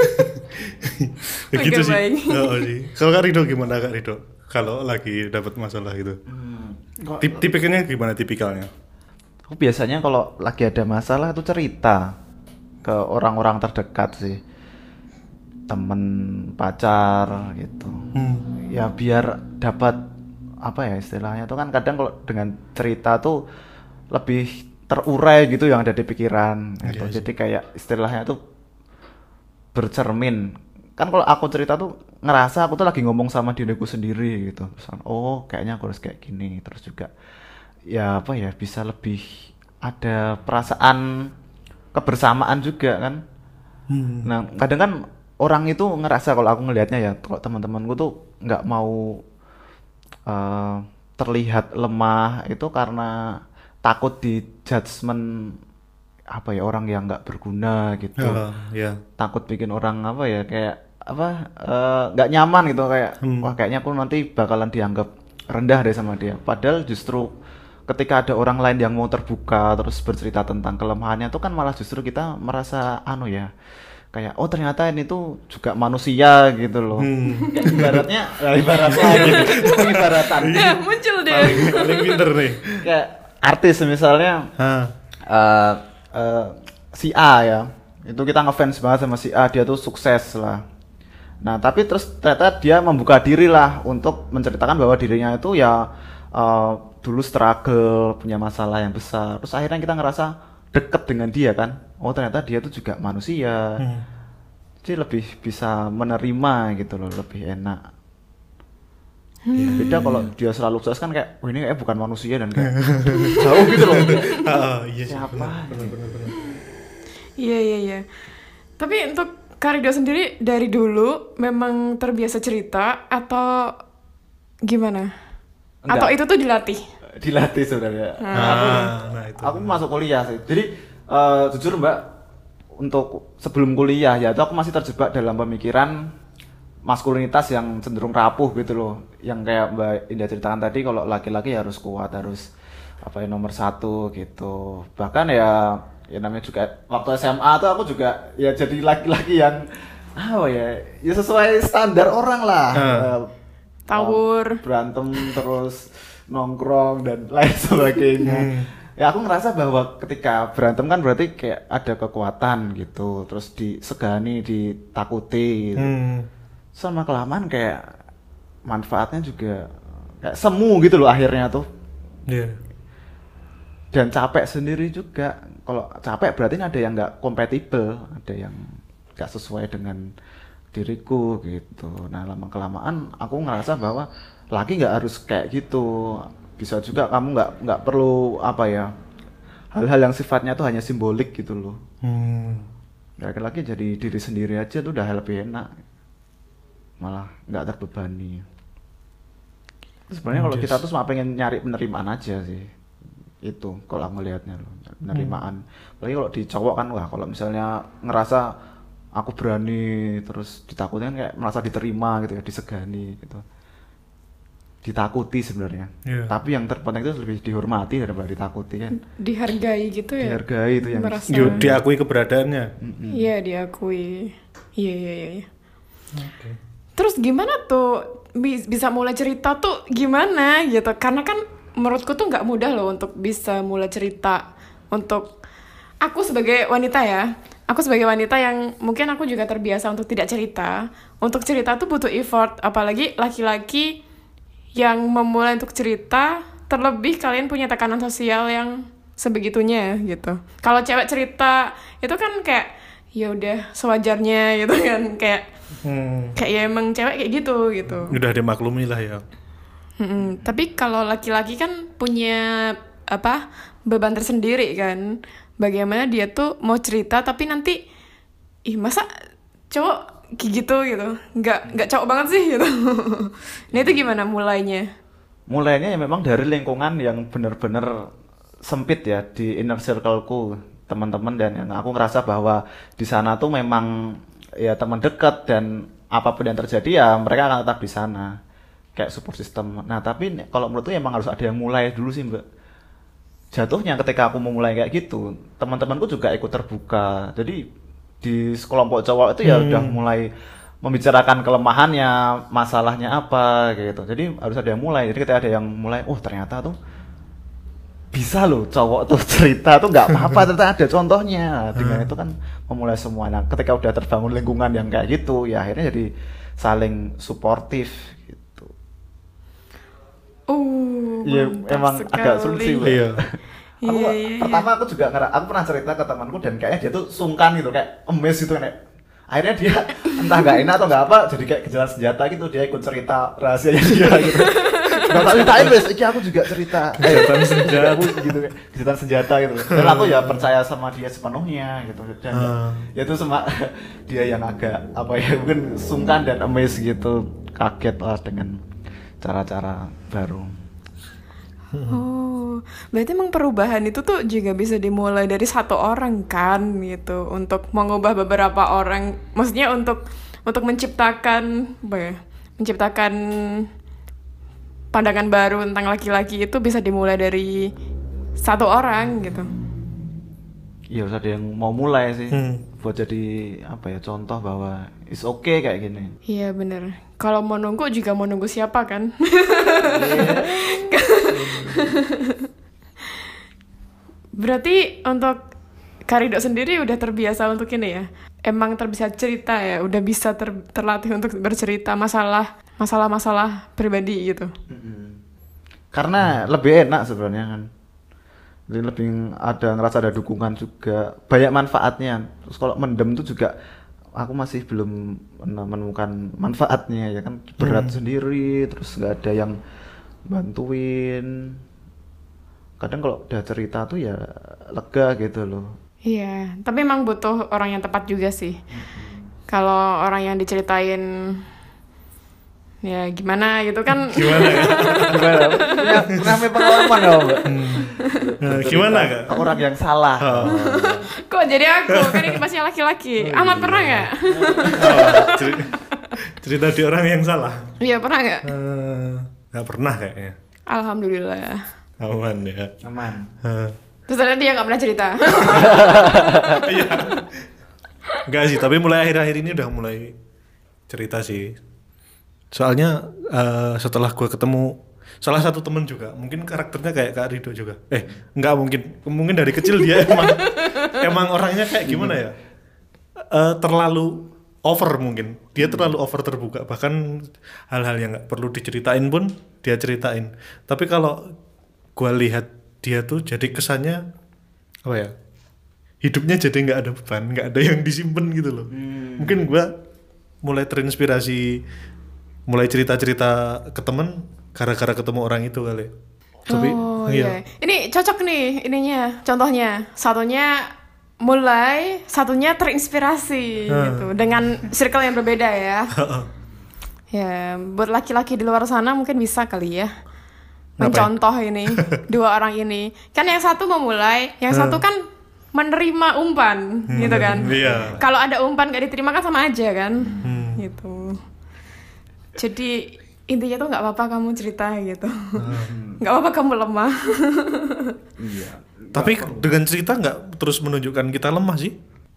A: Ya gitu
B: Oke,
A: sih.
B: baik.
A: Oh, sih. Kalau Kak Rido gimana Kak Rido? Kalau lagi dapat masalah gitu.
C: Hmm.
A: Tip tipikalnya gimana tipikalnya?
C: Aku biasanya kalau lagi ada masalah itu cerita ke orang-orang terdekat sih. Temen, pacar gitu.
A: Hmm.
C: Ya biar dapat apa ya istilahnya tuh kan kadang kalau dengan cerita tuh lebih terurai gitu yang ada di pikiran gitu.
A: Iya sih.
C: Jadi kayak istilahnya tuh bercermin. Kan kalau aku cerita tuh ngerasa aku tuh lagi ngomong sama diriku sendiri gitu. Misalnya, oh kayaknya aku harus kayak gini. Terus juga ya apa ya bisa lebih ada perasaan kebersamaan juga kan.
A: Hmm.
C: Nah kadang kan orang itu ngerasa kalau aku ngelihatnya ya kalau teman-temanku tuh nggak mau eh, terlihat lemah itu karena takut di judgement apa ya orang yang nggak berguna gitu.
A: Ya, ya.
C: Takut bikin orang apa ya kayak apa eh, nggak nyaman gitu kayak
A: Hmm.
C: wah kayaknya aku nanti bakalan dianggap rendah deh sama dia. Padahal justru ketika ada orang lain yang mau terbuka terus bercerita tentang kelemahannya tuh kan malah justru kita merasa anu ya kayak oh ternyata ini tuh juga manusia gitu loh.
A: Hmm.
C: Kayak ibaratnya nah, ibaratnya ibaratan
B: Ya, muncul deh.
A: Paling, paling pinter nih.
C: kayak artis misalnya
A: Hah.
C: eh eh, si A ya itu kita ngefans banget sama si A dia tuh sukses lah. Nah tapi terus ternyata dia membuka diri lah untuk menceritakan bahwa dirinya itu ya eh, dulu struggle punya masalah yang besar. Terus akhirnya kita ngerasa deket dengan dia kan. Oh ternyata dia tuh juga manusia.
A: Hmm.
C: Jadi lebih bisa menerima gitu loh, lebih enak. Beda kalau dia selalu sukses kan kayak, oh ini kayak bukan manusia dan kayak jauh gitu loh.
A: Ah, iya sih.
C: Siapa?
A: Benar, benar, benar.
B: Iya, iya, iya. Tapi untuk Karido sendiri dari dulu memang terbiasa cerita atau gimana?
C: Enggak.
B: Atau itu tuh dilatih?
C: Dilatih sebenarnya.
A: Ah, nah itu.
C: Aku masuk kuliah sih. Jadi eh, jujur Mbak, untuk sebelum kuliah ya itu aku masih terjebak dalam pemikiran maskulinitas yang cenderung rapuh gitu loh. Yang kayak Mbak Indah ceritakan tadi kalau laki-laki harus kuat, harus apa ya nomor satu gitu. Bahkan ya ya namanya juga waktu S M A tuh aku juga ya jadi laki-laki yang apa ya ya sesuai standar orang lah.
A: Ah.
C: Eh,
B: Tawur.
C: berantem terus nongkrong dan lain sebagainya. Ya aku ngerasa bahwa ketika berantem kan berarti kayak ada kekuatan gitu, terus disegani, ditakuti gitu.
A: Hmm.
C: Sama kelamaan kayak manfaatnya juga kayak semu gitu loh akhirnya tuh.
A: Iya.
C: Dan capek sendiri juga. Kalau capek berarti ada yang nggak kompatibel, ada yang nggak sesuai dengan diriku gitu. Nah lama kelamaan aku ngerasa bahwa laki nggak harus kayak gitu. Bisa juga kamu nggak nggak perlu apa ya hal-hal yang sifatnya tuh hanya simbolik gitu loh.
A: Hmm.
C: Laki-laki jadi diri sendiri aja tuh udah lebih enak, malah nggak terbebani. Sebenarnya kalau
A: Yes.
C: kita tuh cuma pengen nyari penerimaan aja sih, itu kalau aku melihatnya loh penerimaan. Apalagi kalau di cowok kan wah kalau misalnya ngerasa aku berani terus ditakutin kan kayak merasa diterima gitu ya, disegani gitu. Ditakuti sebenarnya.
A: Iya.
C: Tapi yang terpenting itu lebih dihormati daripada ditakuti kan.
B: Dihargai gitu ya?
C: Dihargai itu yang
B: Merasa.
A: Yo, diakui keberadaannya.
B: Iya, diakui. Iya, iya, iya. iya. Terus gimana tuh bi- bisa mulai cerita tuh gimana gitu? Karena kan menurutku tuh nggak mudah loh untuk bisa mulai cerita. Untuk aku sebagai wanita ya, aku sebagai wanita yang mungkin aku juga terbiasa untuk tidak cerita. Untuk cerita tuh butuh effort, apalagi laki-laki yang memulai untuk cerita, terlebih kalian punya tekanan sosial yang sebegitunya gitu. Kalau cewek cerita itu kan kayak ya udah sewajarnya gitu kan, kayak
A: Hmm.
B: kayak ya emang cewek kayak gitu gitu.
A: Udah dimaklumi lah ya.
B: Mm-mm. Tapi kalau laki-laki kan punya apa beban tersendiri kan. Bagaimana dia tuh mau cerita tapi nanti ih masa cowok kayak gitu gitu, nggak nggak cowok banget sih gitu. Nah itu gimana mulainya?
C: mulainya ya memang dari lingkungan yang benar-benar sempit ya di inner circleku teman-teman dan yang aku ngerasa bahwa di sana tuh memang ya teman dekat dan apapun yang terjadi ya mereka akan tetap di sana kayak support system. Nah tapi nek- kalau menurutku emang harus ada yang mulai dulu sih Mbak. Jatuhnya ketika aku mau mulai kayak gitu, teman-temanku juga ikut terbuka. Jadi di sekelompok cowok itu ya
A: Hmm.
C: udah mulai membicarakan kelemahannya, masalahnya apa gitu. Jadi harus ada yang mulai. Jadi ketika ada yang mulai, oh ternyata tuh bisa loh cowok tuh cerita tuh nggak apa-apa, ternyata ada contohnya. Dengan itu kan memulai semua. Nah ketika udah terbangun lingkungan yang kayak gitu, ya akhirnya jadi saling suportif gitu.
B: Uh,
C: Iya,
B: mantap
C: emang agak sulit sih,
B: sekali.
C: Mbak.
A: Iya.
C: Aku
B: Iya, iya, iya.
C: pertama aku juga ngera, aku pernah cerita ke temanku dan kayaknya dia tuh sungkan gitu, kayak emes gitu kayak. Akhirnya dia entah nggak enak atau nggak apa, jadi kayak gejalan senjata gitu, dia ikut cerita rahasianya dia gitu. Nggak tak ceritain wes, iki aku juga cerita.
A: Gencatan senjata.
C: Aku gitu, kayak gencatan senjata gitu. Dan aku ya percaya sama dia sepenuhnya gitu. Dan
A: Ah.
C: ya itu sama dia yang agak apa ya mungkin sungkan dan emes gitu, kaget lah dengan cara-cara baru.
B: Oh, berarti emang perubahan itu tuh juga bisa dimulai dari satu orang kan gitu untuk mengubah beberapa orang, maksudnya untuk untuk menciptakan apa ya, menciptakan pandangan baru tentang laki-laki itu bisa dimulai dari satu orang gitu.
C: Iya harus ada yang mau mulai sih
A: Hmm.
C: buat jadi apa ya contoh bahwa it's okay kayak gini.
B: Iya bener. Kalau mau nunggu juga mau nunggu siapa kan? Berarti untuk Karido sendiri udah terbiasa untuk ini ya? Emang terbiasa cerita ya? Udah bisa ter- terlatih untuk bercerita masalah masalah-masalah pribadi gitu?
C: Karena lebih enak sebenarnya kan. Jadi lebih ada ngerasa ada dukungan juga, banyak manfaatnya. Terus kalau mendem tuh juga aku masih belum menemukan manfaatnya ya kan, berat sendiri, terus nggak ada yang bantuin. Kadang kalau udah cerita tuh ya lega gitu loh.
B: Iya, tapi emang butuh orang yang tepat juga sih. Kalau orang yang diceritain ya gimana gitu kan?
A: Gimana ya?
C: Gimana? Punya pernah punya pengalaman nggak Mbak?
A: Nah, gimana kak?
C: Orang yang salah.
B: Kok jadi aku? Kan ini masih laki-laki. Ahmad pernah nggak?
A: Oh, ceri- cerita di orang yang salah.
B: Iya pernah nggak?
A: Eh, nggak pernah kayaknya.
B: Alhamdulillah.
A: Aman ya.
C: Aman.
A: Eh,
B: Terus ternyata dia nggak pernah cerita.
A: Iya. Enggak sih, tapi mulai akhir-akhir ini udah mulai cerita sih. Soalnya eh, setelah gue ketemu salah satu temen juga, mungkin karakternya kayak Kak Rido juga. Eh, enggak mungkin, mungkin dari kecil dia emang emang orangnya kayak gimana ya? Eh, terlalu over mungkin. Dia terlalu over terbuka, bahkan hal-hal yang nggak perlu diceritain pun dia ceritain. Tapi kalau gue lihat dia tuh jadi kesannya apa ya? Hidupnya jadi nggak ada beban, nggak ada yang disimpan gitu loh. Mungkin gue mulai terinspirasi, mulai cerita-cerita ke temen gara-gara ketemu orang itu kali. Tapi
B: Oh iya. Ini cocok nih ininya. Contohnya satunya mulai, satunya terinspirasi gitu dengan circle yang berbeda ya. Ya, buat laki-laki di luar sana mungkin bisa kali ya mencontoh ini dua orang ini. Kan yang satu memulai, yang satu kan menerima umpan gitu kan.
A: Iya.
B: Kalau ada umpan gak diterima kan sama aja kan. Gitu. Jadi intinya tuh nggak apa-apa kamu cerita gitu. Nggak apa-apa kamu lemah.
C: Iya.
A: Tapi dengan cerita nggak terus menunjukkan kita lemah sih.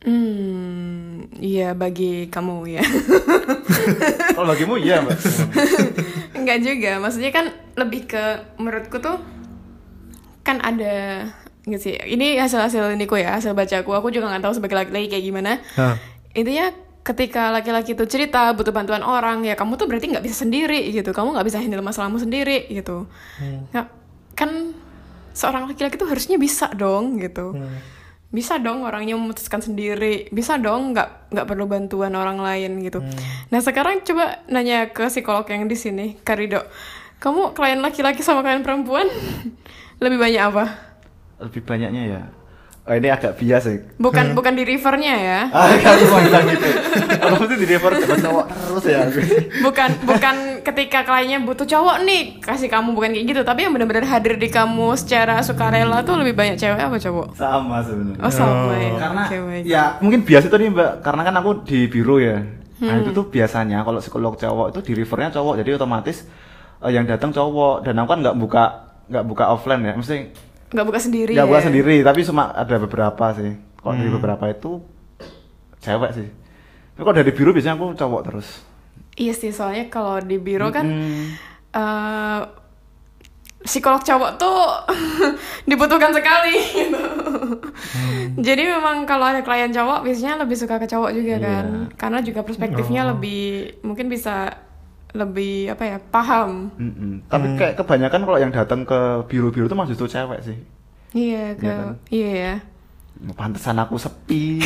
B: Hmm, iya bagi kamu ya.
C: Kalau bagimu iya Mbak.
B: Enggak juga, maksudnya kan lebih ke menurutku tuh kan ada nggak sih. Ini hasil-hasil niku ya, hasil bacaku. Aku juga nggak tahu sebagai laki-laki kayak gimana.
A: Hah.
B: Intinya ketika laki-laki itu cerita butuh bantuan orang, ya kamu tuh berarti nggak bisa sendiri gitu. Kamu nggak bisa handle masalahmu sendiri gitu. Nggak, kan seorang laki-laki tuh harusnya bisa dong gitu. Bisa dong orangnya memutuskan sendiri, bisa dong nggak nggak perlu bantuan orang lain gitu. Nah sekarang coba nanya ke psikolog yang di sini, Karido, kamu klien laki-laki sama klien perempuan lebih banyak apa?
C: Lebih banyaknya ya. Oh, ini agak bias sih.
B: Bukan bukan di rivernya ya,
C: Ah, kamu mau bilang gitu. Kalau mesti di refer sama cowok terus ya.
B: bukan bukan ketika kliennya butuh cowok nih kasih kamu, bukan kayak gitu, tapi yang benar-benar hadir di kamu secara sukarela tuh lebih banyak cewek apa cowok?
C: Sama sebenarnya.
B: Oh sama ya.
C: Karena
B: Oke, baik.
C: ya mungkin bias itu nih Mbak, karena kan aku di biro ya. Nah itu tuh biasanya kalau psikolog cowok itu di refernya cowok, jadi otomatis uh, yang datang cowok dan aku kan nggak buka nggak buka offline ya, mesti
B: nggak buka sendiri.
C: nggak
B: ya?
C: buka sendiri, tapi cuma ada beberapa sih. Kalau
A: Hmm.
C: dari beberapa itu cewek sih. Tapi kalau dari biru biasanya aku cowok terus.
B: Iya sih, soalnya kalau di biro kan
C: Mm-mm.
B: eh, psikolog cowok tuh dibutuhkan sekali gitu. Jadi memang kalau ada klien cowok biasanya lebih suka ke cowok juga
C: Iya.
B: kan, karena juga perspektifnya
A: Oh.
B: lebih mungkin bisa lebih apa ya paham.
C: Mm-mm. Tapi
A: Hmm.
C: kayak kebanyakan kalau yang datang ke biru-biru itu malah justru cewek sih.
B: Iya ke
C: Iya kan?
B: iya ya.
C: Pantesan aku sepi.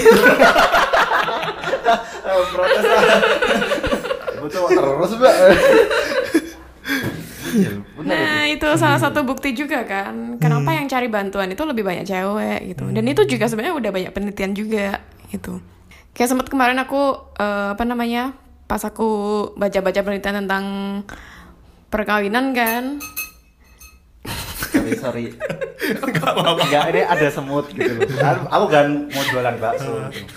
C: Oh, protes lah. Aku cowok terus, Mbak. Iya, benar
B: Nah itu salah satu bukti juga kan, kenapa yang cari bantuan itu lebih banyak cewek gitu. Dan itu juga sebenarnya udah banyak penelitian juga gitu. Kayak sempat kemarin aku eh, apa namanya pas aku baca-baca penelitian tentang perkawinan kan.
C: Sorry, sorry. Enggak, ini ada semut gitu loh. Aku- Aku kan mau jualan bakso. gitu.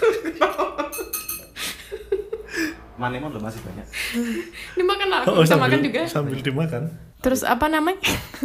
C: Manemon loh masih banyak.
B: Dimakan lah, aku
A: Oh,
B: bisa
A: sambil,
B: makan juga.
A: sambil dimakan.
B: Terus apa namanya?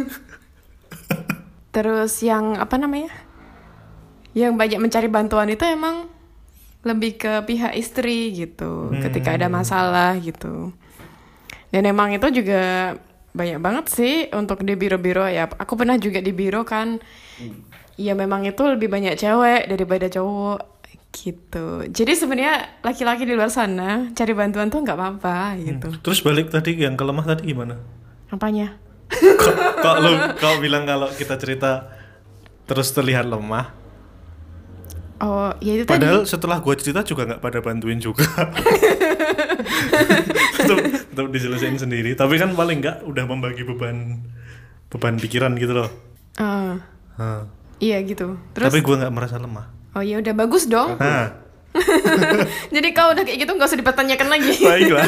B: Terus yang apa namanya? Yang banyak mencari bantuan itu emang lebih ke pihak istri gitu, ketika ada masalah gitu. Dan emang itu juga banyak banget sih untuk di biro-biro ya. Aku pernah juga di biro kan. Ya memang itu lebih banyak cewek daripada cowok gitu. Jadi sebenarnya laki-laki di luar sana cari bantuan tuh nggak apa-apa gitu.
A: Terus balik tadi yang kelemah tadi gimana?
B: Apanya?
A: Kok, kok lu kau bilang kalau kita cerita terus terlihat lemah?
B: Oh, ya itu tadi.
A: Padahal setelah gua cerita juga nggak pada bantuin juga. tetap, tetap diselesain sendiri. Tapi kan paling nggak udah membagi beban beban pikiran gitu loh.
B: Ah,
A: Hah.
B: iya gitu. Terus
A: Tapi gua nggak merasa lemah.
B: oh ya udah bagus dong.
A: Nah,
B: Jadi kalau udah kayak gitu nggak usah dipertanyakan lagi.
A: baiklah.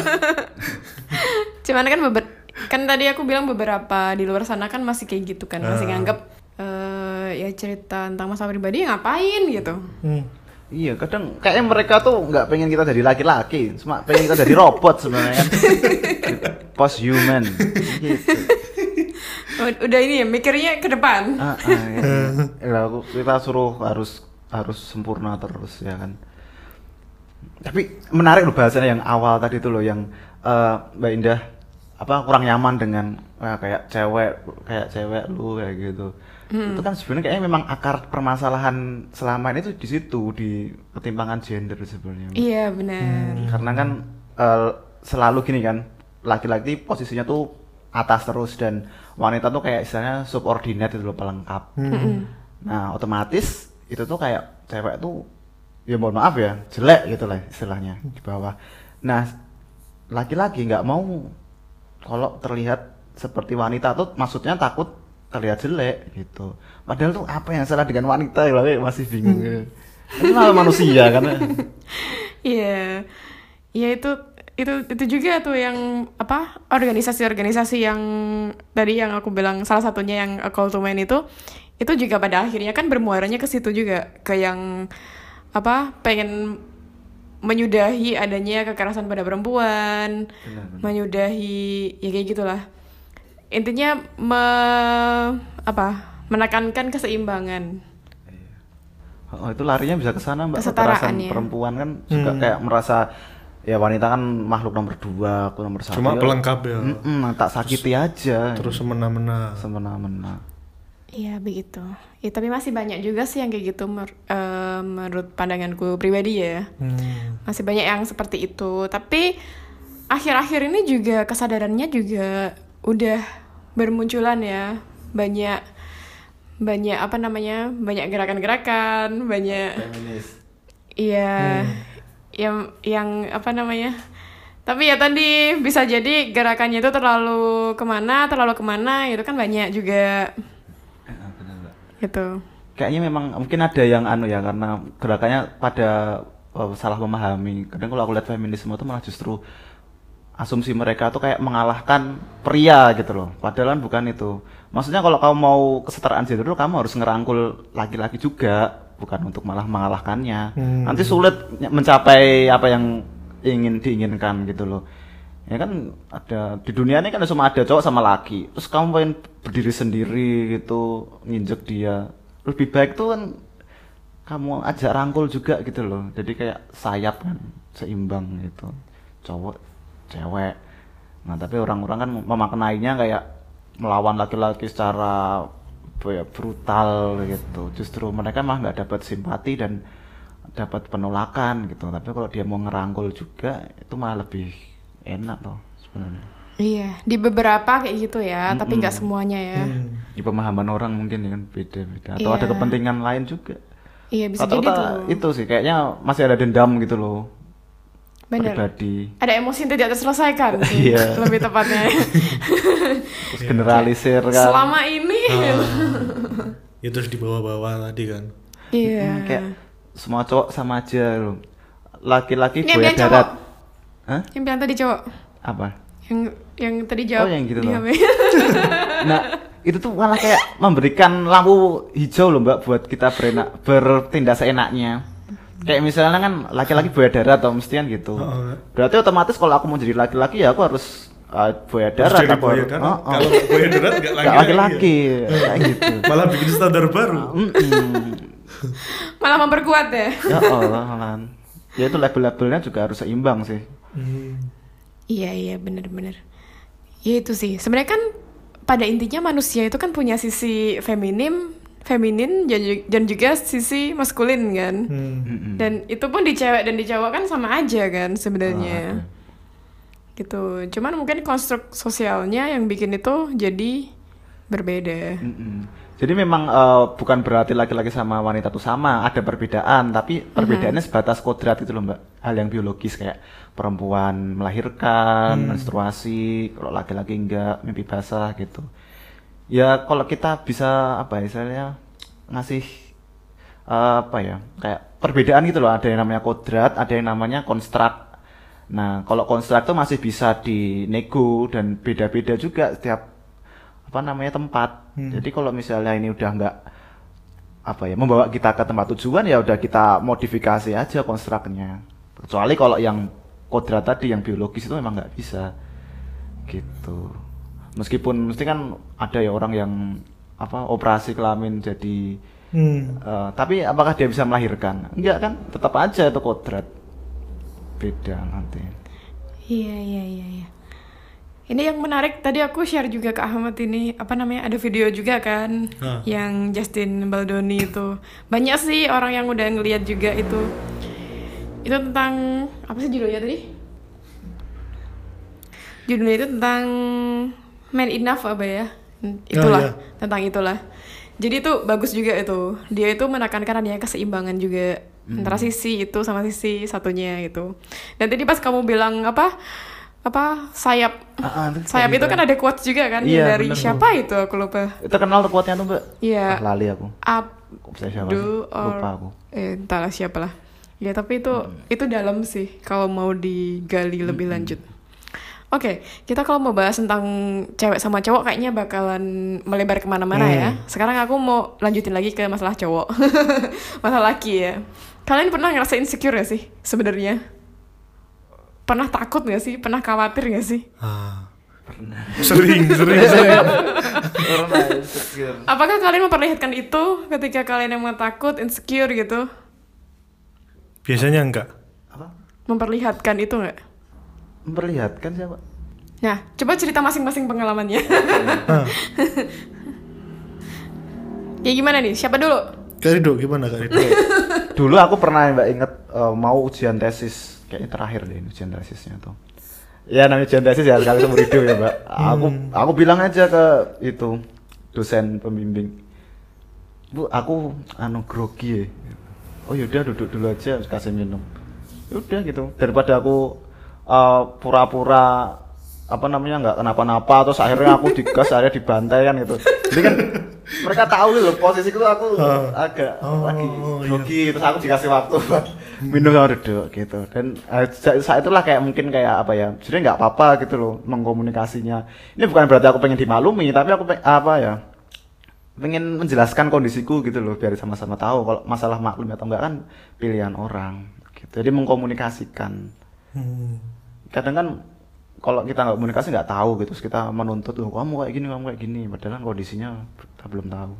B: Cuman kan beber- kan tadi aku bilang beberapa di luar sana kan masih kayak gitu kan, masih
A: Ah.
B: nganggep eh, ya cerita tentang masalah pribadi ya ngapain gitu.
A: Hmm.
C: Iya, kadang kayaknya mereka tuh nggak pengen kita jadi laki-laki, cuma pengen kita jadi robot sebenarnya. Post human. Gitu.
B: U- Udah ini ya mikirnya ke depan.
C: Ah, ah, ya. Ya, aku kita suruh harus harus sempurna terus ya kan. Tapi menarik loh bahasannya yang awal tadi itu loh yang eh, Mbak Indah apa kurang nyaman dengan eh, kayak cewek kayak cewek lu kayak gitu. Itu kan sebenarnya kayaknya memang akar permasalahan selama ini tuh di situ di ketimpangan gender sebenarnya.
B: Iya benar.
C: Karena kan eh, selalu gini kan laki-laki posisinya tuh atas terus dan wanita tuh kayak istilahnya subordinate itu loh pelengkap. Nah otomatis itu tuh kayak cewek tuh ya mohon maaf ya jelek gitu lah istilahnya di bawah. Nah laki-laki nggak mau kalau terlihat seperti wanita tuh maksudnya takut terlihat jelek gitu. Padahal tuh apa yang salah dengan wanita ya kayak masih bingung. Ya. Itu malah manusia kan.
B: Iya. Iya itu itu itu juga tuh yang apa organisasi-organisasi yang tadi yang aku bilang salah satunya yang A Call to Man itu itu juga pada akhirnya kan bermuaranya ke situ juga ke yang apa pengen menyudahi adanya kekerasan pada perempuan,
C: Benar-benar.
B: menyudahi ya kayak gitulah. Intinya me, apa menekankan keseimbangan.
C: Oh, itu larinya bisa ke sana Mbak.
B: Kesetaraan,
C: Kekerasan
B: ya.
C: perempuan kan juga
A: Hmm.
C: kayak merasa ya wanita kan makhluk nomor dua, aku nomor satu.
A: Cuma
C: ya.
A: pelengkap ya.
C: Mm-mm, tak sakiti aja.
A: Terus semena-mena.
C: semena-mena.
B: Iya begitu. Ya tapi masih banyak juga sih yang kayak gitu mer- eh, menurut pandanganku pribadi ya.
A: Hmm.
B: Masih banyak yang seperti itu. Tapi akhir-akhir ini juga kesadarannya juga udah bermunculan ya. Banyak banyak apa namanya? Banyak gerakan-gerakan, banyak
C: Feminis.
B: iya yang yang apa namanya? Tapi ya tadi bisa jadi gerakannya itu terlalu kemana, terlalu kemana, itu kan banyak juga
C: Ah, benar, Mbak.
B: gitu.
C: Kayaknya memang mungkin ada yang anu ya karena gerakannya pada eh, salah memahami. Kadang kalau aku lihat feminisme itu malah justru asumsi mereka tuh kayak mengalahkan pria gitu loh. Padahal kan bukan itu. Maksudnya kalau kamu mau kesetaraan gender kamu harus ngerangkul laki-laki juga, bukan untuk malah mengalahkannya.
A: Hmm.
C: Nanti sulit ny- mencapai apa yang ingin diinginkan gitu loh. Ya kan ada di dunia ini kan cuma ada cowok sama laki. Terus kamu pengen berdiri sendiri gitu, nginjek dia. Lebih baik tuh kan kamu ajak rangkul juga gitu loh. Jadi kayak sayap kan, seimbang gitu. Cowok, cewek. Nah, tapi orang-orang kan memaknainya kayak melawan laki-laki secara apa ya, brutal gitu. Justru mereka mah nggak dapat simpati dan dapat penolakan gitu. Tapi kalau dia mau ngerangkul juga itu malah lebih enak loh sebenarnya.
B: Iya, di beberapa kayak gitu ya,
C: Mm-mm.
B: tapi nggak semuanya ya.
A: Hmm.
C: Di pemahaman orang mungkin ya kan beda-beda. Atau
B: Iya.
C: ada kepentingan lain juga.
B: Iya, bisa jadi
C: Rata-rata
B: tuh.
C: itu sih kayaknya masih ada dendam gitu loh.
B: Bener.
C: Pribadi.
B: Ada emosi yang tidak terselesaikan sih,
C: Iya.
B: lebih tepatnya.
C: Terus generalisir kan.
B: Selama ini.
A: Ah, ya terus dibawa-bawa tadi kan.
B: Iya.
C: Hmm, kayak semua cowok sama aja loh. Laki-laki
B: Ini yang
C: buaya
B: bilang cowok.
C: darat. Hah?
B: Yang bilang tadi cowok.
C: Apa?
B: Yang yang tadi jawab.
C: Oh, yang gitu
B: di
C: loh.
B: H P.
C: Nah, itu tuh malah kayak memberikan lampu hijau loh Mbak buat kita berenak, bertindak seenaknya. Kayak misalnya kan laki-laki buaya darat atau mesti kan gitu.
A: Heeh.
C: Berarti otomatis kalau aku mau jadi laki-laki ya aku harus uh, buaya
A: Harus
C: darat
A: jadi
C: aku
A: buaya
C: harus-
A: darat.
C: Oh, oh.
A: Kalau nggak buaya darat nggak
C: Nggak
A: laki-laki.
C: laki-laki kayak gitu.
A: ya. Malah bikin standar baru.
C: Mm-mm.
B: Malah memperkuat ya.
C: Ya Allah, malahan. Ya itu label-labelnya juga harus seimbang sih.
A: Hmm.
B: Iya iya bener-bener. Ya itu sih. Sebenarnya kan pada intinya manusia itu kan punya sisi feminim, feminin dan ju- dan juga sisi maskulin kan.
A: Hmm.
C: Mm-mm.
B: Dan itu pun di cewek dan di cowok kan sama aja kan
C: Oh,
B: sebenarnya.
C: ada.
B: Gitu. Cuman mungkin konstruk sosialnya yang bikin itu jadi berbeda.
C: Mm-mm. Jadi memang eh, bukan berarti laki-laki sama wanita itu sama, ada perbedaan, tapi perbedaannya sebatas kodrat itu loh Mbak. Hal yang biologis kayak perempuan melahirkan, menstruasi, kalau laki-laki enggak, mimpi basah gitu. Ya kalau kita bisa apa ya istilahnya ngasih eh, apa ya kayak perbedaan gitu loh, ada yang namanya kodrat, ada yang namanya konstrak. Nah kalau konstrak itu masih bisa dinego dan beda-beda juga setiap apa namanya tempat. Jadi kalau misalnya ini udah nggak apa ya membawa kita ke tempat tujuan ya udah kita modifikasi aja konstruknya. Kecuali kalau yang kodrat tadi yang biologis itu memang nggak bisa gitu. Meskipun mesti kan ada ya orang yang apa operasi kelamin jadi
A: Hmm.
C: eh, tapi apakah dia bisa melahirkan? Enggak kan? Tetap aja itu kodrat. Beda nanti.
B: Iya iya iya iya. Ini yang menarik tadi aku share juga ke Ahmad ini apa namanya ada video juga kan
A: Ah.
B: yang Justin Baldoni itu banyak sih orang yang udah ngeliat juga itu itu tentang apa sih judulnya tadi? Judulnya itu tentang man enough apa ya? Itulah
A: iya.
B: tentang itulah. Jadi itu bagus juga itu dia itu menekankan adanya keseimbangan juga antara sisi itu sama sisi satunya gitu. Dan tadi pas kamu bilang apa? apa sayap
C: Ah, ah, itu
B: sayap
C: tadi
B: itu
C: tuh.
B: kan ada quotes juga kan
C: Iya,
B: dari
C: bener
B: siapa itu aku lupa
C: Itu kenal tuh quote-nya tuh Mbak?
B: Iya.
C: Ah, lali aku.
B: up
C: Kok bisa siapa sih?
B: do or
C: Lupa aku.
B: eh entahlah siapa lah ya tapi itu itu dalam sih kalau mau digali lebih lanjut. Oke, kita kalau mau bahas tentang cewek sama cowok kayaknya bakalan melebar kemana-mana ya. Sekarang aku mau lanjutin lagi ke masalah cowok, masalah laki ya. Kalian pernah ngerasa insecure gak sih sebenarnya? Pernah takut gak sih? Pernah khawatir gak sih?
A: Ah. Sering, sering, sering.
C: Pernah insecure.
B: Apakah kalian memperlihatkan itu ketika kalian emang takut, insecure gitu?
A: Biasanya enggak.
C: Apa?
B: Memperlihatkan itu nggak?
C: Memperlihatkan siapa?
B: Nah, coba cerita masing-masing pengalamannya. Ya gimana nih? Siapa dulu?
A: Kak Rido, gimana Kak Rido?
C: Dulu aku pernah Mbak inget eh, mau ujian tesis, kayaknya terakhir deh ini ujian tesisnya tuh. Ya namanya ujian tesis ya sekali seumur hidup ya Mbak. Aku aku bilang aja ke itu dosen pembimbing, Bu, aku anu grogi ya. Oh yaudah duduk dulu aja kasih minum. Yaudah gitu. Daripada aku eh, pura-pura apa namanya nggak kenapa-napa terus akhirnya aku digas akhirnya dibantai kan gitu. Jadi kan mereka tahu gitu loh posisiku tuh aku agak
A: Oh,
C: lagi
A: iya.
C: grogi terus aku dikasih waktu buat minum sama duduk gitu. Dan eh, sa- saat itulah kayak mungkin kayak apa ya. Jadi nggak apa-apa gitu loh mengkomunikasinya. Ini bukan berarti aku pengen dimaklumi tapi aku pe- apa ya pengen menjelaskan kondisiku gitu loh biar sama-sama tahu kalau masalah maklum atau enggak kan pilihan orang gitu. Jadi mengkomunikasikan.
A: Hmm.
C: Kadang kan kalau kita nggak komunikasi nggak tahu gitu, terus kita menuntut, oh kamu kayak gini, kamu kayak gini, padahal kan kondisinya kita belum tahu.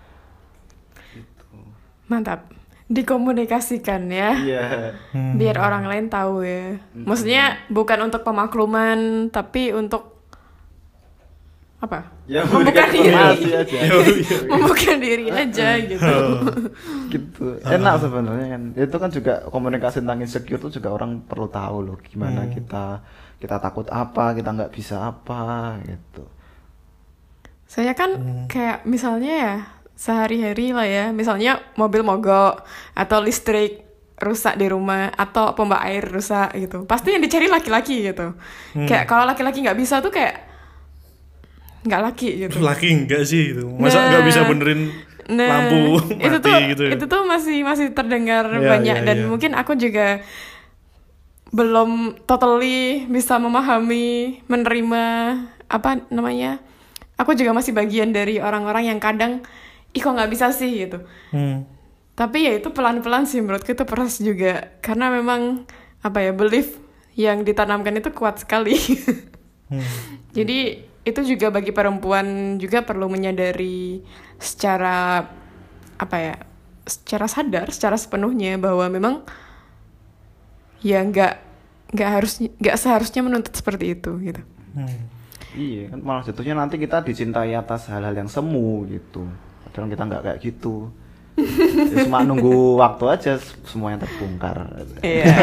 B: Mantap. Dikomunikasikan ya.
C: Iya.
A: Hmm.
B: Biar orang lain tahu ya. Maksudnya bukan untuk pemakluman, tapi untuk apa?
C: Ya,
B: membuka diri.
C: informasi aja.
B: Membuka diri aja gitu.
C: Gitu. Enak sebenarnya kan. Itu kan juga komunikasi tentang insecure itu juga orang perlu tahu loh gimana
A: Hmm.
C: kita kita takut apa, kita nggak bisa apa gitu.
B: Saya kan
A: Hmm.
B: kayak misalnya ya sehari-hari lah ya, misalnya mobil mogok atau listrik rusak di rumah atau pompa air rusak gitu. Pasti yang dicari laki-laki gitu.
A: Hmm.
B: Kayak kalau laki-laki nggak bisa tuh kayak nggak laki gitu.
A: Laki enggak sih itu. Masa
B: Nah.
A: nggak bisa benerin
B: Nah,
A: lampu mati
B: itu tuh
A: gitu ya.
B: itu tuh masih masih terdengar
A: Iya,
B: banyak
A: iya,
B: dan
A: iya.
B: mungkin aku juga belum totally bisa memahami, menerima apa namanya. Aku juga masih bagian dari orang-orang yang kadang ih kok nggak bisa sih gitu.
A: Hmm.
B: Tapi ya itu pelan-pelan sih menurutku itu proses juga karena memang apa ya belief yang ditanamkan itu kuat sekali.
A: Hmm.
B: Jadi itu juga bagi perempuan juga perlu menyadari secara apa ya, secara sadar, secara sepenuhnya bahwa memang ya nggak nggak harus nggak seharusnya menuntut seperti itu gitu.
A: Hmm.
C: Iya kan malah jatuhnya nanti kita dicintai atas hal-hal yang semu gitu. Padahal kita nggak kayak gitu. Ya, cuma nunggu waktu aja semuanya terbongkar.
B: Iya.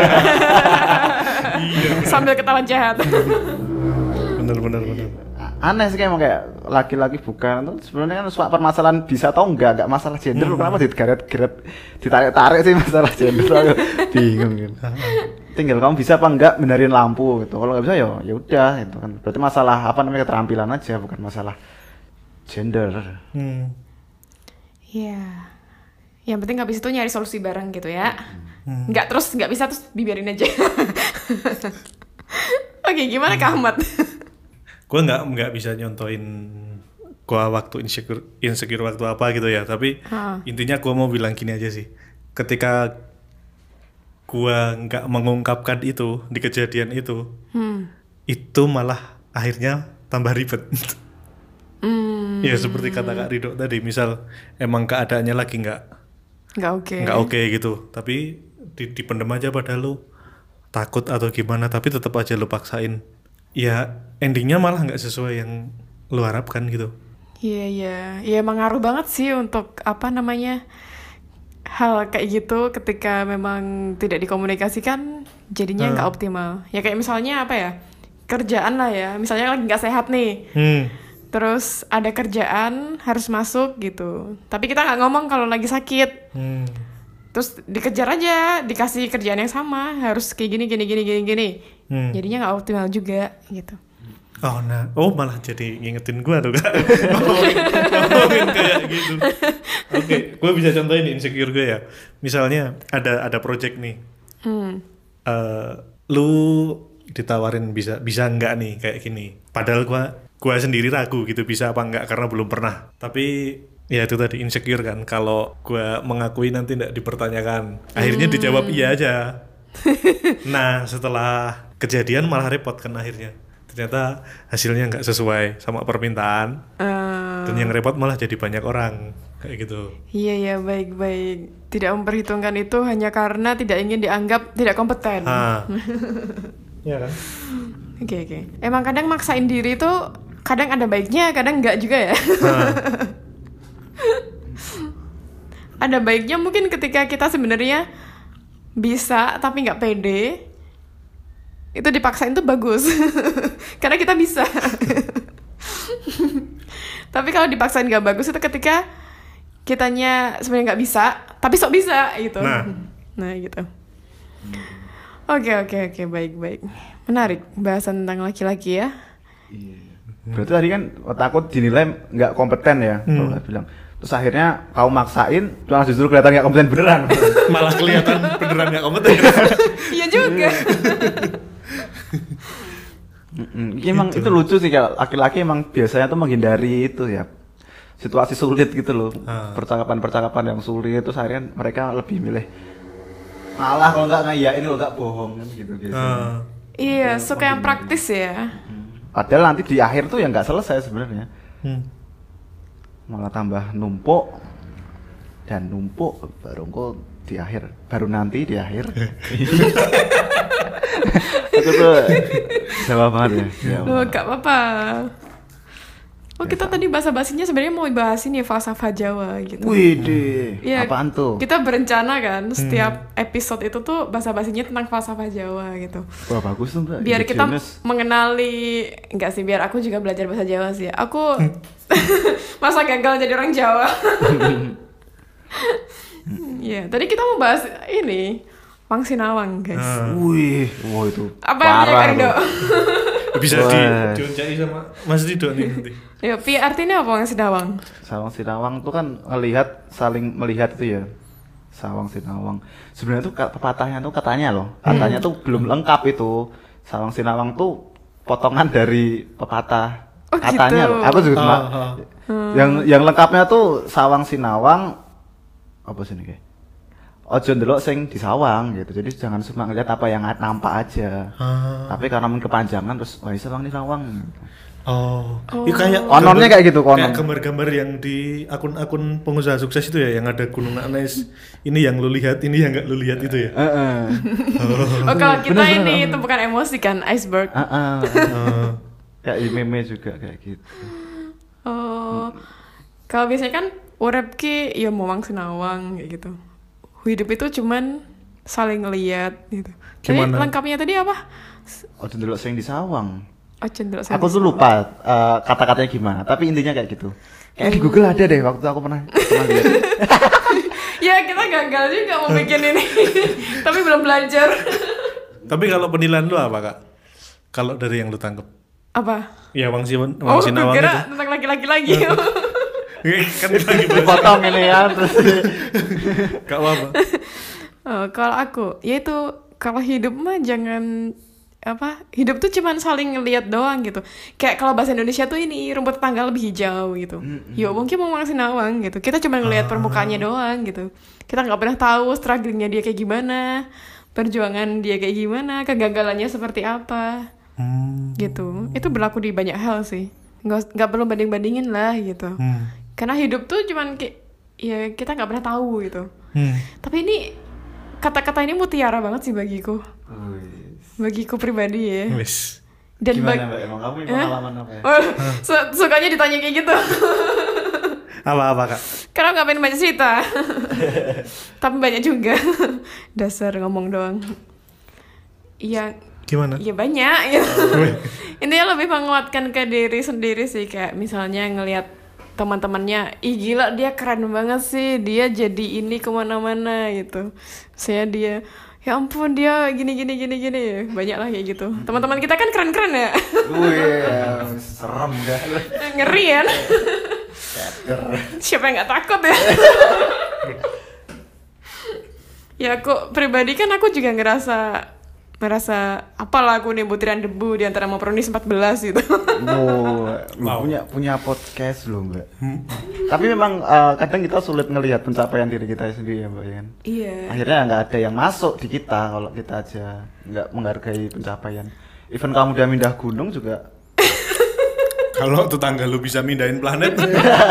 B: Sambil ketawa jahat.
A: Bener bener bener.
C: Aneh sih emang kayak laki-laki bukan itu sebenarnya kan suatu permasalahan bisa atau enggak enggak masalah gender
A: Hmm.
C: kenapa digeret-geret ditarik-tarik sih masalah gender aku bingung gitu. Tinggal kamu bisa apa enggak benerin lampu gitu. Kalau nggak bisa ya ya udah itu kan berarti masalah apa namanya keterampilan aja bukan masalah gender.
B: Iya.
A: Hmm.
B: Yang penting habis itu nyari solusi bareng gitu ya.
A: Hmm.
B: Nggak terus nggak bisa terus dibiarin aja. Oke, gimana
A: Hmm.
B: Kak Ahmad?
A: Gue nggak nggak bisa nyontoin gue waktu insecure insecure waktu apa gitu ya, tapi
B: Ha.
A: intinya gue mau bilang gini aja sih, ketika gue nggak mengungkapkan itu di kejadian itu,
B: Hmm.
A: itu malah akhirnya tambah ribet.
B: Hmm.
A: Ya seperti kata Kak Rido tadi, misal emang keadaannya lagi nggak
B: Nggak oke.
A: nggak oke gitu, tapi di, dipendem aja padahal lu takut atau gimana, tapi tetap aja lu paksain, ya endingnya malah nggak sesuai yang lu harapkan gitu.
B: Iya iya, iya emang ngaruh banget sih untuk apa namanya hal kayak gitu ketika memang tidak dikomunikasikan jadinya nggak
A: Hmm.
B: optimal. Ya kayak misalnya apa ya kerjaan lah ya, misalnya lagi nggak sehat nih,
A: Hmm.
B: terus ada kerjaan harus masuk gitu, tapi kita nggak ngomong kalau lagi sakit,
A: Hmm.
B: terus dikejar aja dikasih kerjaan yang sama harus kayak gini gini gini gini gini,
A: Hmm.
B: jadinya nggak optimal juga gitu.
A: Oh nah, oh malah jadi ngingetin gua tuh Kak. ngomongin, ngomongin kayak gitu. Oke, gua bisa contohin insecure gue ya. Misalnya ada ada project nih,
B: Hmm.
A: eh lu ditawarin bisa bisa enggak nih kayak gini. Padahal gua gua sendiri ragu gitu bisa apa enggak karena belum pernah. Tapi ya itu tadi insecure kan. Kalau gua mengakui nanti enggak dipertanyakan. Akhirnya dijawab iya aja. Nah setelah kejadian malah repot kan akhirnya. Ternyata hasilnya nggak sesuai sama permintaan.
B: Eh,
A: Dan yang repot malah jadi banyak orang kayak gitu.
B: Iya ya baik-baik, tidak memperhitungkan itu hanya karena tidak ingin dianggap tidak kompeten.
A: Ah. Iya kan?
B: Oke oke. Emang kadang maksain diri itu kadang ada baiknya, kadang enggak juga ya.
A: Ah.
B: Ada baiknya mungkin ketika kita sebenarnya bisa tapi nggak pede, itu dipaksain tuh bagus, karena kita bisa. Tapi kalau dipaksain nggak bagus itu ketika kitanya sebenarnya nggak bisa, tapi sok bisa gitu.
A: Nah.
B: Nah gitu. Oke oke oke baik baik. Menarik bahasan tentang laki-laki ya.
C: Berarti tadi kan takut dinilai nggak kompeten ya,
A: Hmm.
C: kalau saya bilang. Terus akhirnya kau maksain, malah justru kelihatan nggak kompeten beneran.
A: Malah kelihatan beneran nggak kompeten.
B: Iya juga.
C: Mm-mm. Ini emang itu lucu sih kalau laki-laki emang biasanya tuh menghindari itu ya situasi sulit gitu loh,
A: Ah.
C: percakapan-percakapan yang sulit terus akhirnya mereka lebih milih malah kalau nggak ngayain kalau nggak bohong kan gitu biasanya.
A: Ah.
B: Iya,
C: Ada
B: suka yang
C: menghindari.
B: praktis ya.
C: Padahal nanti di akhir tuh ya nggak selesai sebenarnya.
A: Hmm.
C: Malah tambah numpuk dan numpuk baru kok di akhir, baru nanti di akhir. Aku tuh jawab banget ya. Ya
B: Loh,
C: Allah.
B: gak apa-apa. Oh, kita tadi bahasa-basinya sebenarnya mau bahas ini falsafah Jawa gitu.
C: Wih deh,
B: Iya,
C: apaan tuh?
B: Kita berencana kan setiap episode itu tuh bahasa-basinya tentang falsafah Jawa gitu.
C: Wah bagus tuh mbak.
B: Biar kita
C: Indigenous.
B: mengenali, enggak sih, biar aku juga belajar bahasa Jawa sih. Aku masa gagal jadi orang Jawa. Iya, tadi kita mau bahas ini Wang Sinawang, guys.
A: Ah.
C: Wih, wah itu
B: Apa artinya
C: parah
B: Kak Rido?
C: tuh.
A: Bisa
C: Wah.
A: di diwawancari sama Mas Rido nih nanti.
B: Ya, pi artinya apa Wang Sinawang?
C: Sawang Sinawang tuh kan melihat, saling melihat itu ya. Sawang Sinawang. Sebenarnya tuh ka- pepatahnya tuh katanya loh, katanya tuh belum lengkap itu. Sawang Sinawang tuh potongan dari pepatah.
B: Oh,
C: Katanya
B: gitu.
C: loh. Aku juga cuma
A: Ah, ah.
C: yang yang lengkapnya tuh Sawang Sinawang apa sih nih kayak? Ojo ndelok sing disawang gitu. Jadi jangan cuma ngeliat apa yang nampak aja.
A: Ah.
C: Tapi karena mungkin kepanjangan terus wah sawang nih sawang.
A: Oh, Ini kayak
C: Konornya
A: gambar-
C: kayak gitu, konon.
A: Kayak gambar-gambar yang di akun-akun pengusaha sukses itu ya, yang ada gunung Anes. Ini yang lu lihat, ini yang nggak lu lihat itu ya.
C: Heeh.
B: Oh, kalau kita ini itu bukan emosi kan, iceberg.
C: Heeh.
A: Ah.
C: Kayak di meme juga kayak gitu.
B: Oh, kalau biasanya kan urip ki ya mau Wang Sinawang kayak gitu. Hidup itu cuman saling ngeliat gitu. Jadi
A: Gimana?
B: lengkapnya tadi apa?
C: Ojo ndelok sing disawang.
B: Oh, cenderung
C: Aku tuh lupa eh, kata-katanya gimana, tapi intinya kayak gitu. Kayak di Google ada deh waktu aku pernah pernah lihat.
B: Ya, kita gagal juga mau bikin ini. Tapi belum belajar.
A: Tapi kalau penilaian lu apa, Kak? Kalau dari yang lu tangkap?
B: Apa?
A: Ya Wang Siwan,
B: Oh,
A: Wang Sinawang
B: kira
A: itu.
B: tentang laki-laki lagi.
A: Kan kita lagi bahas.
C: Dipotong ini ya terus.
A: Gak apa-apa.
B: Oh, kalau aku, ya itu kalau hidup mah jangan apa hidup tuh cuman saling ngelihat doang gitu. Kayak kalau bahasa Indonesia tuh ini rumput tetangga lebih hijau gitu. Ya mungkin mau Wang Sinawang gitu. Kita cuma ngelihat permukaannya doang gitu. Kita nggak pernah tahu strugglingnya dia kayak gimana, perjuangan dia kayak gimana, kegagalannya seperti apa
A: Hmm.
B: gitu. Itu berlaku di banyak hal sih. Nggak nggak perlu banding bandingin lah gitu.
A: Hmm.
B: Karena hidup tuh cuman kayak ya kita nggak pernah tahu gitu.
A: Hmm.
B: Tapi ini kata-kata ini mutiara banget sih bagiku. Bagiku pribadi ya.
A: Wis.
B: Dan
C: Gimana
B: bag-
C: Mbak? Emang kamu ini pengalaman apa ya?
B: Oh, su- sukanya ditanya kayak gitu.
A: Apa-apa, Kak?
B: Karena nggak pengen banyak cerita. Tapi banyak juga. Dasar ngomong doang. Iya,
A: Gimana?
B: iya banyak gitu. Intinya lebih menguatkan ke diri sendiri sih, kayak misalnya ngelihat teman-temannya, ih gila dia keren banget sih, dia jadi ini kemana-mana gitu. Saya dia, ya ampun dia gini gini gini gini, banyak lah kayak gitu. Teman-teman kita kan keren-keren ya,
C: Wih, serem dah.
B: ngeri kan? Siapa yang nggak takut ya? Ya aku pribadi kan aku juga ngerasa merasa apalah aku nih butiran debu di antara Mopronis empat belas gitu.
C: Wow,
A: Wow.
C: punya punya podcast loh Mbak. Tapi memang eh, kadang kita sulit ngelihat pencapaian diri kita sendiri ya Mbak ya kan.
B: Iya.
C: Akhirnya nggak ada yang masuk di kita kalau kita aja nggak menghargai pencapaian. Even kamu udah pindah gunung juga.
A: Kalau tetangga lu bisa mindahin planet.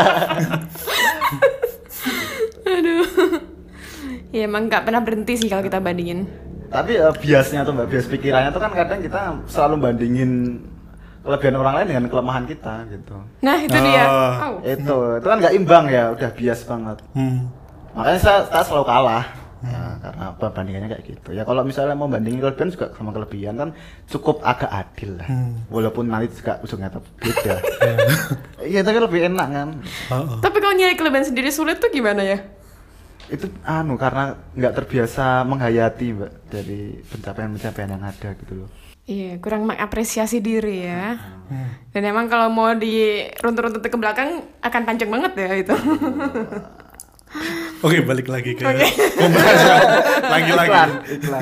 B: Aduh. Ya emang nggak pernah berhenti sih kalau kita bandingin.
C: Tapi eh, biasnya tuh Mbak, bias pikirannya tuh kan kadang kita selalu bandingin kelebihan orang lain dengan kelemahan kita gitu.
B: Nah itu
A: Ah.
B: dia. Oh.
C: Itu, itu kan nggak imbang ya, udah bias banget.
A: Hmm.
C: Makanya saya, saya selalu kalah. Ya, karena apa bandingannya kayak gitu. Ya kalau misalnya mau bandingin kelebihan juga sama kelebihan kan cukup agak adil lah. Walaupun nanti juga ujungnya tetap beda. Iya, tapi lebih enak kan.
A: Oh, oh.
B: Tapi kalau nyari kelebihan sendiri sulit tuh gimana ya?
C: Itu anu karena nggak terbiasa menghayati Mbak dari pencapaian-pencapaian yang ada gitu loh.
B: Iya, kurang mengapresiasi diri ya. Dan emang kalau mau diruntut-runtut ke belakang akan panjang banget ya itu.
A: Oke, balik lagi ke
B: Oke.
A: pembahasan. Lagi-lagi.
C: Iklan, iklan.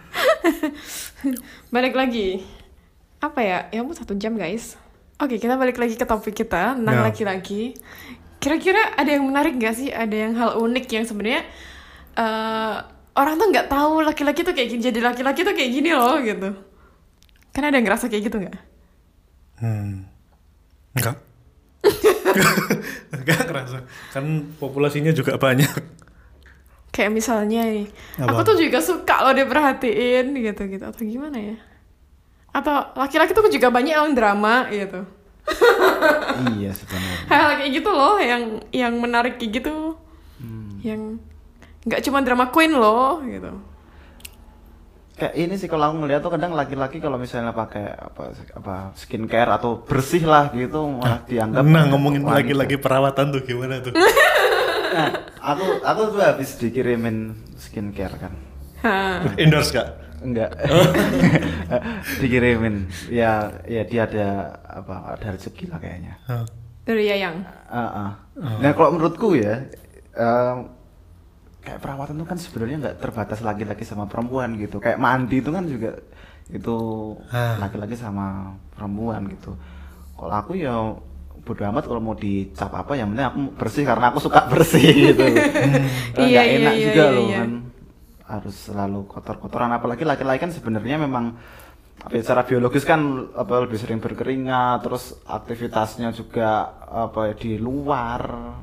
B: Balik lagi. Apa ya? Ya ampun satu jam guys. Oke, kita balik lagi ke topik kita tentang
A: Nah.
B: laki-laki. Kira-kira ada yang menarik nggak sih? Ada yang hal unik yang sebenarnya eh, orang tuh nggak tahu laki-laki tuh kayak gini. Jadi laki-laki tuh kayak gini loh gitu. Kan ada yang ngerasa kayak gitu nggak?
A: Hmm. Enggak. Enggak kerasa. Kan populasinya juga banyak.
B: Kayak misalnya nih,
A: Apa?
B: aku tuh juga suka loh diperhatiin gitu-gitu. Atau gimana ya? Atau laki-laki tuh juga banyak yang drama gitu.
C: Iya sebenarnya.
B: Hal kayak gitu loh yang yang menarik kayak gitu.
C: Hmm.
B: Yang nggak cuma drama queen loh gitu.
C: Kayak ini sih kalau aku ngeliat tuh kadang laki-laki kalau misalnya pakai apa apa skincare atau bersih lah gitu malah dianggap.
A: Nah, ngomongin
C: wanita.
A: lagi-lagi perawatan tuh gimana tuh?
C: Nah, aku aku tuh habis dikirimin skincare kan.
B: Hah.
A: Endorse gak?
C: Enggak. Dikirimin. Ya ya dia ada apa ada rezeki lah kayaknya.
A: Hah.
B: Dari Yayang.
C: Uh-uh. Nah kalau menurutku ya em, kayak perawatan itu kan sebenarnya nggak terbatas laki-laki sama perempuan gitu. Kayak mandi itu kan juga itu
A: Ah.
C: laki-laki sama perempuan gitu. Kalau aku ya bodo amat kalau mau dicap apa yang penting aku bersih karena aku suka bersih gitu. Nggak
B: Iya, iya,
C: enak
B: iya,
C: juga
B: iya,
C: loh
B: iya.
C: kan harus selalu kotor-kotoran apalagi laki-laki kan sebenarnya memang apa ya, secara biologis kan apa lebih sering berkeringat terus aktivitasnya juga apa ya, di luar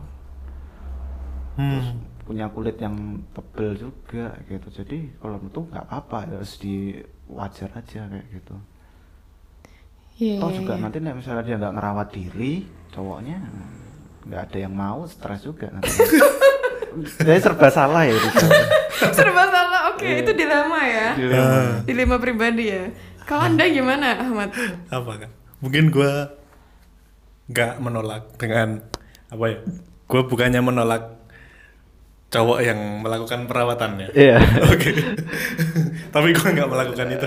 A: Hmm.
C: punya kulit yang tebel juga gitu jadi kalau itu nggak apa-apa harus di wajar aja kayak gitu.
B: Iya.
C: Toh
B: iya,
C: juga
B: iya.
C: nanti nih, misalnya dia nggak ngerawat diri cowoknya nggak ada yang mau stres juga nanti. Jadi serba salah ya itu.
B: Serba salah. Oke,
C: Iya.
B: itu dilema ya.
C: Dilema.
B: Dilema pribadi ya. Kalau Anda gimana, Ahmad?
A: Apa kan? Mungkin gue nggak menolak dengan apa ya? Gue bukannya menolak cowok yang melakukan perawatannya.
C: Iya.
A: Oke. Tapi gue nggak melakukan itu.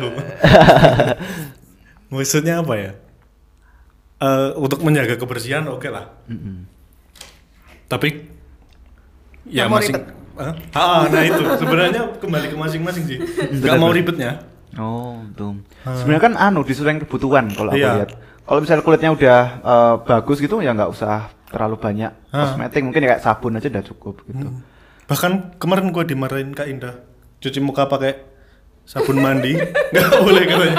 A: Maksudnya apa ya? Eh, untuk menjaga kebersihan oke lah.
C: Mm-mm.
A: Tapi ya
B: Nggak mau
A: masing.
B: ribet.
A: Hah? Ah, nah itu sebenarnya kembali ke masing-masing sih. Nggak mau ribetnya.
C: Oh, betul. Sebenarnya kan anu disesuaikan kebutuhan kalau aku
A: Iya.
C: lihat. Kalau misalnya kulitnya udah eh, bagus gitu ya nggak usah terlalu banyak
A: Ah.
C: kosmetik, mungkin kayak sabun aja udah cukup gitu.
A: Hmm. Bahkan kemarin gue dimarahin Kak Indah cuci muka pakai sabun mandi nggak boleh katanya.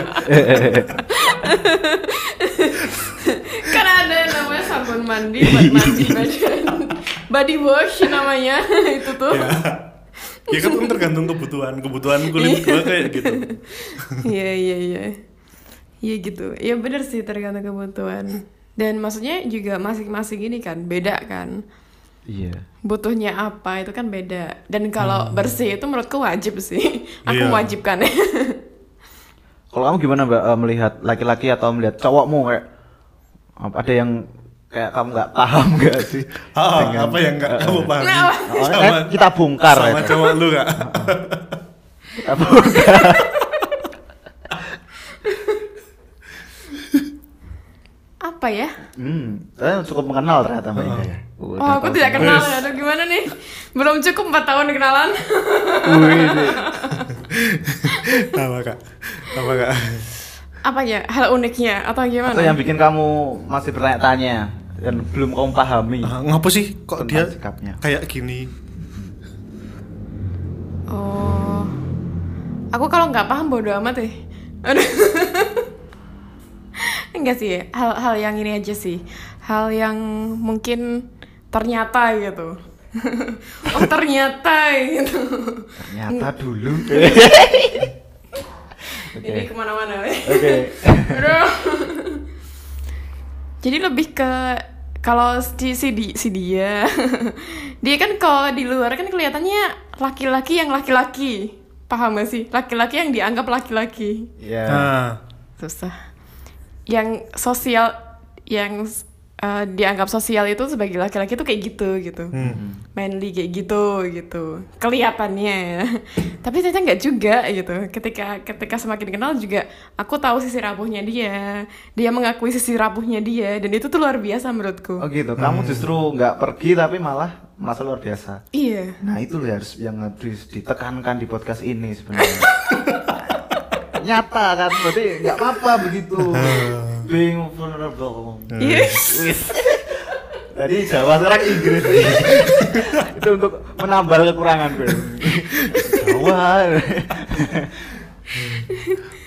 B: Kan ada yang namanya sabun mandi buat mandi badan. Body wash namanya itu tuh.
A: Ya. Ya kan kan tergantung kebutuhan kebutuhan kulit gue kayak gitu.
B: Iya iya iya. Iya gitu. Iya bener sih tergantung kebutuhan. Dan maksudnya juga masing-masing ini kan beda kan.
C: Iya.
B: Butuhnya apa itu kan beda. Dan kalau bersih itu menurutku wajib sih. Aku
A: Iya.
B: mewajibkan.
C: Kalau kamu gimana Mbak eh, melihat laki-laki atau melihat cowokmu kayak apa- ada yang kayak kamu nggak paham nggak sih?
A: Ah,
C: Dengan-
A: apa yang nggak kamu pahami?
B: Nah,
C: Oh, eh, kita bongkar
A: sama
C: itu.
A: cowok lu Kak.
C: Kita bongkar.
B: apa ya?
C: Hmm, saya cukup mengenal ternyata Mbak Indah ya.
B: Oh, aku tidak kenal ya. Aduh, gimana nih? Belum cukup empat tahun kenalan.
C: Wih,
A: Apa Kak? Apa Kak?
B: Apa ya? Hal uniknya atau gimana?
C: atau yang bikin kamu masih bertanya-tanya dan belum kamu pahami
A: Ah, ngapa sih kok
C: tentang
A: dia
C: sikapnya.
A: kayak gini?
B: Oh, aku kalau nggak paham bodo amat ya. Aduh. Enggak sih, hal-hal yang ini aja sih, hal yang mungkin ternyata gitu. Oh ternyata gitu.
C: Ternyata dulu. Oke.
B: Ini kemana-mana.
C: Oke.
B: Aduh. Jadi lebih ke kalau si si, di, si dia, dia kan kalau di luar kan kelihatannya laki-laki yang laki-laki, paham gak sih? Laki-laki yang dianggap laki-laki,
C: Ya.
A: Ah,
B: susah. Yang sosial, yang uh, dianggap sosial itu sebagai laki-laki itu kayak gitu gitu,
A: hmm.
B: manly kayak gitu gitu, kelihatannya ya. Tapi ternyata nggak juga gitu. Ketika ketika semakin kenal juga, aku tahu sisi rapuhnya dia, dia mengakui sisi rapuhnya dia, dan itu tuh luar biasa menurutku.
C: Oh gitu. Kamu justru nggak pergi tapi malah merasa luar biasa.
B: Iya.
C: Nah itu loh harus yang harus ditekankan di podcast ini sebenarnya. Nyata kan, berarti nggak apa-apa begitu. Being vulnerable.
B: Iya.
C: Tadi Jawa sekarang Inggris. Itu untuk menambal kekurangan. Jawa.
B: Iya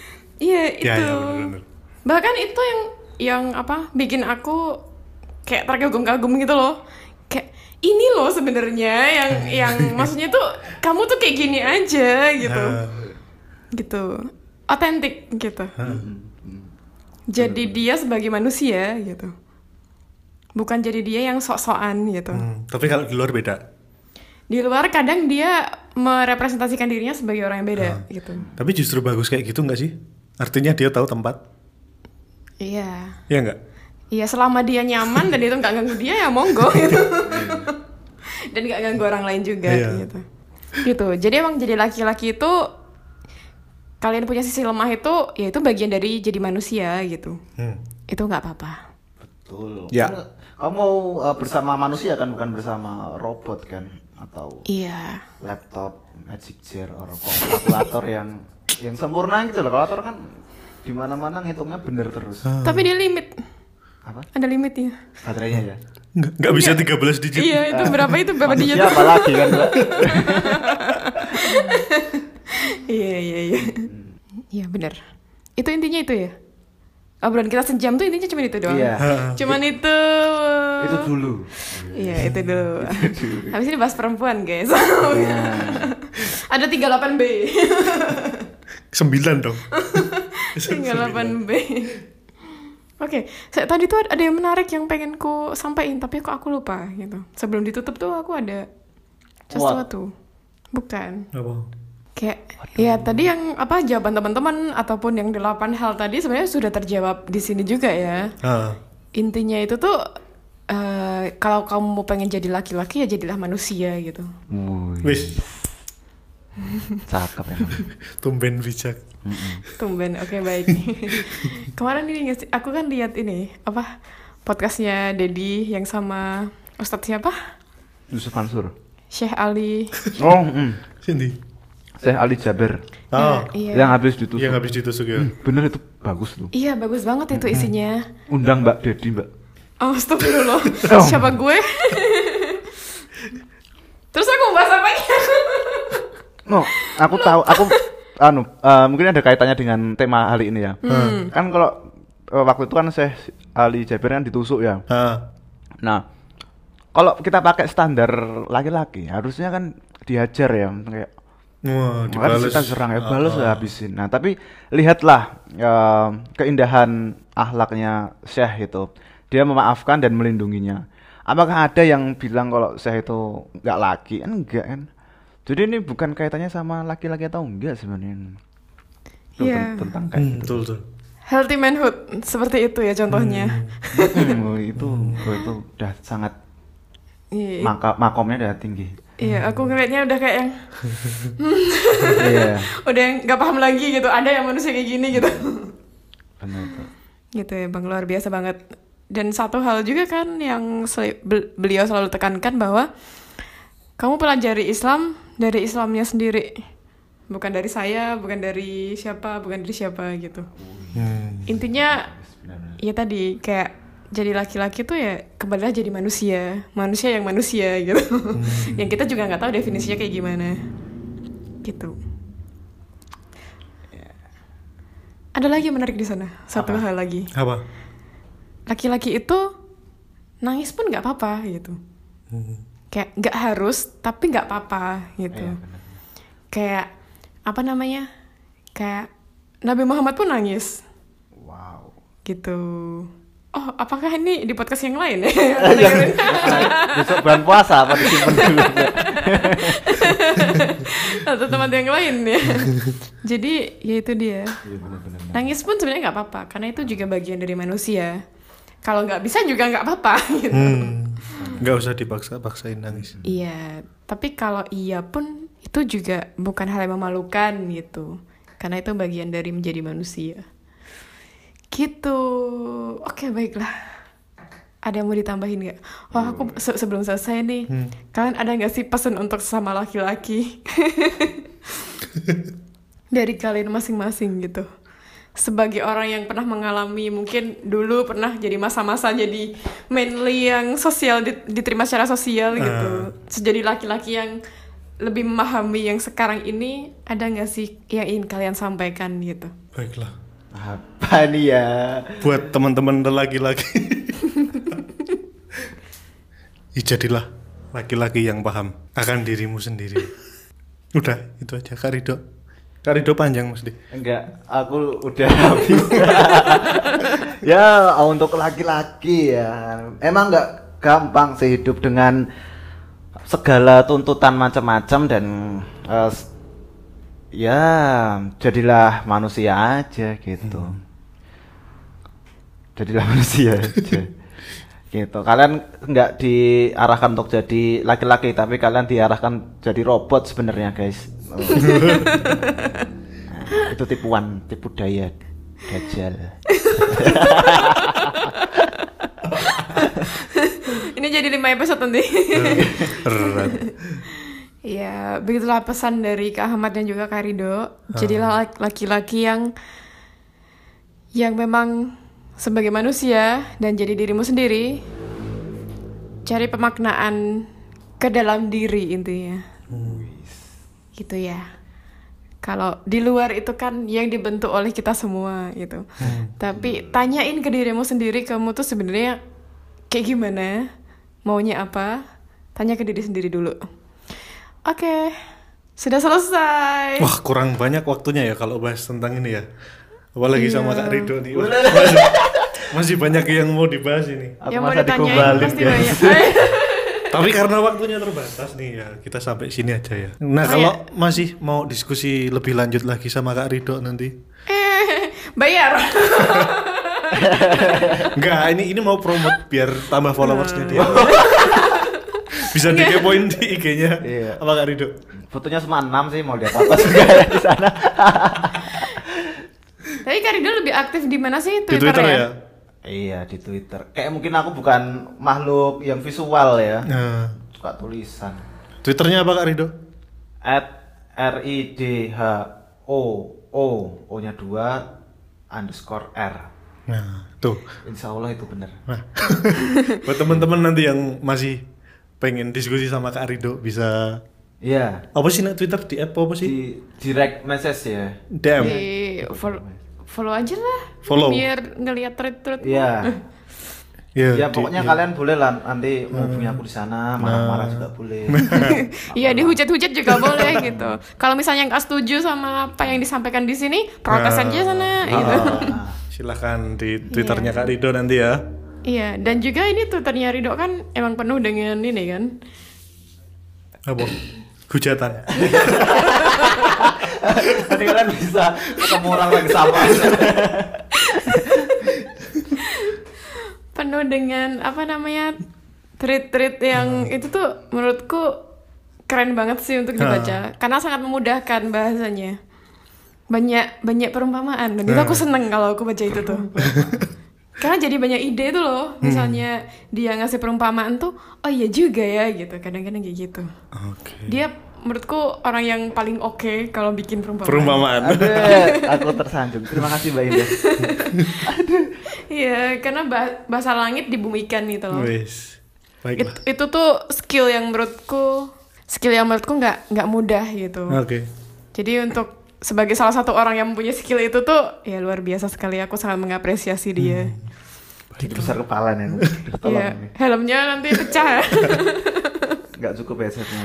B: Iya itu.
A: Ya, ya, bener-bener.
B: Bahkan itu yang yang apa bikin aku kayak terkagum-kagum gitu loh. Kayak ini loh sebenarnya yang yang maksudnya tuh kamu tuh kayak gini aja gitu. Gitu. Otentik gitu. Jadi dia sebagai manusia gitu. Bukan jadi dia yang sok-sokan gitu.
A: Hmm, tapi kalau di luar beda.
B: Di luar kadang dia merepresentasikan dirinya sebagai orang yang beda
A: Hmm.
B: gitu.
A: Tapi justru bagus kayak gitu nggak sih? Artinya dia tahu tempat.
B: Iya.
A: Iya nggak?
B: Iya selama dia nyaman dan itu nggak ganggu dia ya monggo gitu. Dan nggak ganggu orang lain juga
A: Iya.
B: gitu. Gitu. Jadi emang jadi laki-laki itu kalian punya sisi lemah itu ya itu bagian dari jadi manusia gitu.
A: Hmm.
B: Itu nggak apa-apa.
C: Betul.
A: Ya.
C: Kan kamu mau uh, bersama manusia kan, bukan bersama robot kan, atau
B: Iya.
C: laptop, magic jar, atau kalkulator yang yang sempurna gitu loh. Kalkulator kan di mana-mana ngitungnya bener terus.
B: Tapi dia limit.
C: Apa?
B: Ada limitnya.
C: Baterainya ya.
A: Nggak, nggak bisa tiga belas digit.
B: Iya itu berapa itu berapa
C: Manusia
B: digit?
C: apalagi kan, Mbak?
B: Iya iya iya. Iya benar. Itu intinya itu ya. Obrolan kita sejam tuh intinya cuma itu doang.
C: Iya.
B: Cuman itu.
C: Itu dulu.
B: Iya itu dulu. Habis ini bahas perempuan guys.
C: Iya.
B: Ada tiga puluh delapan B.
A: Sembilan dong.
B: tiga puluh delapan B. Oke, saya tadi tuh ada yang menarik yang pengen ku sampaikan tapi kok aku lupa gitu. Sebelum ditutup tuh aku ada sesuatu. Bukan.
A: Apa?
B: Kayak ya tadi yang apa jawaban teman-teman ataupun yang delapan hal tadi sebenarnya sudah terjawab di sini juga ya.
A: Ah.
B: Intinya itu tuh eh, kalau kamu pengen jadi laki-laki ya jadilah manusia gitu.
C: Wih,
A: Wis,
C: cakep ya.
A: tumben bijak.
B: Tumben, oke baik. Kemarin ini nggak sih, aku kan lihat ini apa podcastnya Dedi yang sama Ustadz siapa?
C: Yusuf Mansur.
B: Syekh Ali.
C: Oh, mm.
A: Sini.
C: Syekh Ali Jaber.
A: Oh,
B: Iya.
C: Yang habis ditusuk.
A: yang habis ditusuk ya.
C: Hmm, bener itu bagus tuh.
B: Iya bagus banget itu isinya.
C: Undang Mbak Dedi, Mbak.
B: Oh, astagfirullah.
C: Oh.
B: Siapa gue? Terus aku mau bahas apa?
C: No, aku tahu, aku anu eh, mungkin ada kaitannya dengan tema hari ini ya.
B: Hmm.
C: Kan kalau eh, waktu itu kan Syekh Ali Jaber kan ditusuk ya.
A: Ah.
C: Nah, kalau kita pakai standar laki-laki harusnya kan dihajar ya, kayak
A: Wah,
C: kan
A: dibales.
C: kita serang ya, balas
A: Ah, ah.
C: habisin. Nah, tapi lihatlah eh, keindahan akhlaknya Syekh itu. Dia memaafkan dan melindunginya. Apakah ada yang bilang kalau Syekh itu nggak laki? Kan enggak kan. Jadi ini bukan kaitannya sama laki-laki atau enggak sebenarnya. Itu
B: Iya.
C: ten- tentang kayak
A: Hmm,
C: gitu.
A: betul tuh.
B: Healthy manhood seperti itu ya contohnya.
C: Hmm, oh, itu oh, itu udah sangat
B: Iya,
C: maka makomnya udah tinggi.
B: iya, aku ngeliatnya udah kayak yang
C: Iya,
B: udah yang nggak paham lagi gitu. Ada yang manusia kayak gini gitu.
C: benar tuh.
B: Gitu ya, Bang, luar biasa banget. Dan satu hal juga kan yang sel- bel- beliau selalu tekankan bahwa kamu pelajari Islam dari Islamnya sendiri. Bukan dari saya, bukan dari siapa, bukan dari siapa gitu.
A: Hmm.
B: Intinya
C: Benar-benar.
B: ya tadi kayak jadi laki-laki tuh ya kembalilah jadi manusia, manusia yang manusia gitu. Yang kita juga nggak tahu definisinya kayak gimana, gitu. Ada lagi yang menarik di sana, satu
C: Apa?
B: hal lagi.
A: Apa?
B: Laki-laki itu nangis pun nggak apa-apa gitu.
A: Hmm.
B: Kayak nggak harus, tapi nggak apa-apa gitu.
C: Iya, benar.
B: Kayak apa namanya? Kayak Nabi Muhammad pun nangis.
C: Wow.
B: Gitu. Oh, apakah ini di podcast yang lain ya?
C: Yang- besok bulan puasa apa disimpan dulu?
B: Atau tempat yang lain ya? Jadi ya itu dia.
C: Iya, benar-benar.
B: Nangis pun sebenarnya nggak apa-apa, karena itu juga bagian dari manusia. Kalau nggak bisa juga nggak apa-apa. Gitu.
A: Hmm. Nggak usah dipaksa-paksain nangis.
B: Iya, tapi kalau iya pun itu juga bukan hal yang memalukan gitu. Karena itu bagian dari menjadi manusia. Gitu. Oke, baiklah. Ada yang mau ditambahin nggak? Wah, aku se- sebelum selesai nih,
A: Hmm.
B: kalian ada nggak sih pesan untuk sesama laki-laki? Dari kalian masing-masing gitu. Sebagai orang yang pernah mengalami, mungkin dulu pernah jadi masa-masa jadi manly yang sosial, di- diterima secara sosial gitu. Terus jadi laki-laki yang lebih memahami yang sekarang ini, ada nggak sih yang ingin kalian sampaikan gitu?
A: Baiklah.
C: Apa nih ya?
A: Buat teman-teman laki-laki. Ya, jadilah laki-laki yang paham akan dirimu sendiri. Udah, itu aja Kak Rido. Kak Rido panjang mesti.
C: Enggak, aku udah habis. Ya, untuk laki-laki ya. Emang enggak gampang sih hidup dengan segala tuntutan macam-macam dan uh, ya jadilah manusia aja gitu. Hmm. Jadilah manusia aja. Gitu. Kalian nggak diarahkan untuk jadi laki-laki, tapi kalian diarahkan jadi robot sebenarnya, guys. Oh. Nah, itu tipuan, tipu daya Dajjal.
B: Ini jadi lima episode nanti. Ya, begitulah pesan dari Kak Ahmad dan juga Kak Rido. Jadilah laki-laki yang yang memang sebagai manusia dan jadi dirimu sendiri. Cari pemaknaan ke dalam diri intinya. Hmm. Gitu ya. Kalau di luar itu kan yang dibentuk oleh kita semua gitu. Hmm. Tapi tanyain ke dirimu sendiri, kamu tuh sebenarnya kayak gimana? Maunya apa? Tanya ke diri sendiri dulu. Oke. Sudah selesai.
A: Wah, kurang banyak waktunya ya kalau bahas tentang ini ya. Apalagi iya. sama Kak Rido nih. Wah, masih, masih banyak yang mau dibahas ini.
B: Aku yang mau ditanyain pasti ya. Banyak.
A: Tapi karena waktunya terbatas nih ya, kita sampai sini aja ya. Nah, oh, kalau ya. masih mau diskusi lebih lanjut lagi sama Kak Rido nanti.
B: Eh, bayar.
A: Enggak, ini ini mau promote biar tambah followersnya dia. Bisa dikepoin di I G-nya. Iya. Apa Kak Rido?
C: Fotonya cuma enam sih, mau lihat apa juga di sana.
B: Tapi Kak Rido lebih aktif di mana sih?
A: Twitter, di Twitter ya? ya?
C: Iya, di Twitter. Kayak mungkin aku bukan makhluk yang visual ya.
A: Nah.
C: Suka tulisan.
A: Twitternya apa Kak Rido?
C: At R I D H O O O-nya dua underscore R.
A: Nah, tuh.
C: Insya Allah itu benar.
A: Nah. Buat teman-teman nanti yang masih pengen diskusi sama Kak Rido bisa.
C: Iya.
A: Apa sih nak Twitter di app apa sih?
C: Di direct message ya.
A: D M.
B: Di follow, follow aja lah.
A: Follow.
B: Biar ngelihat thread-thread.
C: Iya.
A: Ya,
C: ya pokoknya di, kalian ya. boleh lah nanti mau hubungi aku di sana, marah-marah nah. juga boleh.
B: Iya, dihujat-hujat juga boleh gitu. Kalau misalnya nggak setuju sama apa yang disampaikan di sini, protes nah. aja sana nah. gitu.
C: Nah.
A: Silahkan di Twitternya yeah. Kak Rido nanti ya.
B: Iya, dan juga ini Twitternya Rido kan emang penuh dengan ini kan.
A: Apa? Hujatan.
C: Nanti kalian bisa ketemu orang lagi sama.
B: Penuh dengan apa namanya tweet-tweet yang hmm. itu tuh menurutku keren banget sih untuk dibaca hmm. karena sangat memudahkan bahasanya. Banyak banyak perumpamaan dan hmm. itu aku seneng kalau aku baca itu tuh. Karena jadi banyak ide tuh loh. Misalnya hmm. dia ngasih perumpamaan tuh, oh iya juga ya gitu. Kadang-kadang kayak gitu.
A: Okay.
B: Dia menurutku orang yang paling oke okay kalau bikin perumpamaan.
A: Perumpamaan.
C: Aduh, aku tersanjung. Terima kasih Mbak Indah.
B: Iya, karena bah- bahasa langit dibumikan gitu loh.
A: Wis.
B: It, itu tuh skill yang menurutku skill yang menurutku nggak nggak mudah gitu.
A: Oke. Okay.
B: Jadi untuk sebagai salah satu orang yang mempunyai skill itu tuh ya luar biasa sekali. Aku sangat mengapresiasi dia. Hmm.
C: Jadi besar kepala nih.
B: Iya, helmnya nanti pecah.
C: Nggak cukup ya setnya.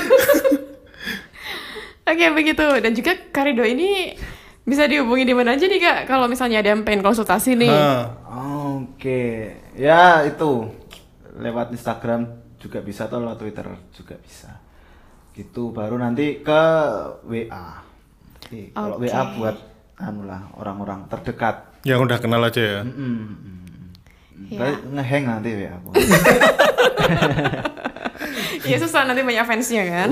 B: Oke, begitu. Dan juga Kak Rido ini bisa dihubungi di mana aja nih Kak? Kalau misalnya ada yang pengen konsultasi nih.
C: Oke, okay. Ya itu lewat Instagram juga bisa atau lewat Twitter juga bisa. Gitu. Baru nanti ke W A. Jadi, okay. Kalau W A buat anu lah orang-orang terdekat.
A: Yang udah kenal aja ya.
C: Mm-mm. Ya. Ngehang nanti W A.
B: Iya susah nanti banyak fansnya kan.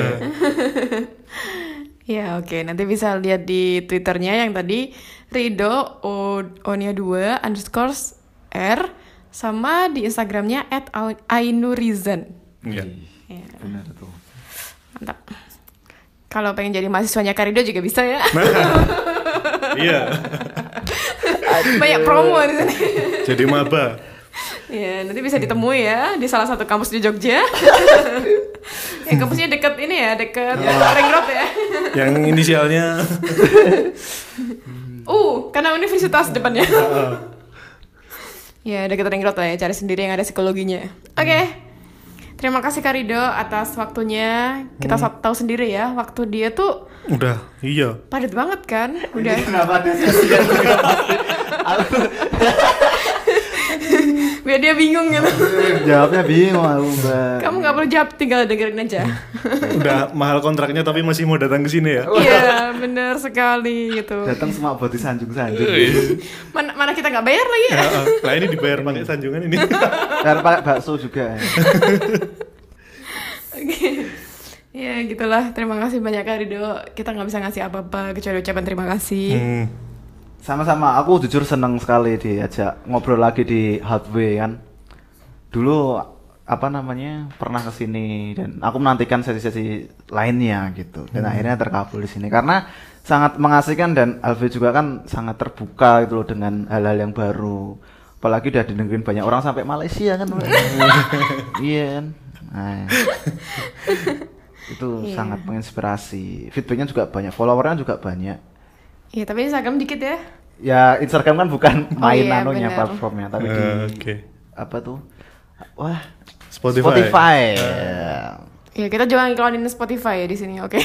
B: Ya oke okay. Nanti bisa lihat di Twitternya yang tadi Rido o onya dua underscore R sama di Instagramnya at ainurizan.
A: Iya.
C: Ya. Benar tuh.
B: Mantap. Kalau pengen jadi mahasiswanya Kak Rido juga bisa ya.
A: Iya.
B: Banyak promo di sini.
A: Jadi maba.
B: Ya, nanti bisa ditemui ya di salah satu kampus di Jogja. Ya, kampusnya deket ini ya, deket oh. Ring Road ya.
A: Yang inisialnya.
B: Uh, karena universitas depannya. Ya, udah kita ringkot lah ya, cari sendiri yang ada psikologinya. Oke. Okay. Terima kasih Kak Rido atas waktunya. Kita hmm. tahu sendiri ya, waktu dia tuh
A: udah, iya.
B: Padat banget kan? Udah.
C: Kenapa ada sesi yang
B: biar dia bingung gitu.
C: Jawabnya bingung aku, Mbak.
B: Kamu nggak perlu jawab, tinggal dengerin aja.
A: Udah mahal kontraknya tapi masih mau datang ke sini ya?
B: Iya, benar sekali gitu.
C: Datang semua buat disanjung-sanjung.
B: mana, mana kita nggak bayar lagi ya?
A: Nah ini dibayar pakai sanjungan ini.
C: Karena pakai bakso juga. Ya.
B: Oke. Ya gitulah, terima kasih banyak Kak Rido. Kita nggak bisa ngasih apa-apa kecuali ucapan terima kasih. Hmm.
C: Sama-sama, aku jujur seneng sekali diajak ngobrol lagi di Hardway kan. Dulu apa namanya pernah kesini dan aku menantikan sesi-sesi lainnya gitu. Dan hmm. akhirnya terkabul di sini karena sangat mengasihkan dan Alfi juga kan sangat terbuka gitu loh dengan hal-hal yang baru. Apalagi udah didengerin banyak orang sampai Malaysia kan. Iya kan. Nah, itu yeah. sangat menginspirasi. Feedbacknya juga banyak, followernya juga banyak.
B: Iya, tapi Instagram dikit ya.
C: Ya, Instagram kan bukan main
B: oh, iya,
C: anunya
B: bener.
C: platformnya, tapi uh, di
A: okay.
C: apa tuh? Wah,
A: Spotify.
C: Spotify.
B: Uh. Ya, kita juga ngiklaninin Spotify ya di sini, oke. Okay?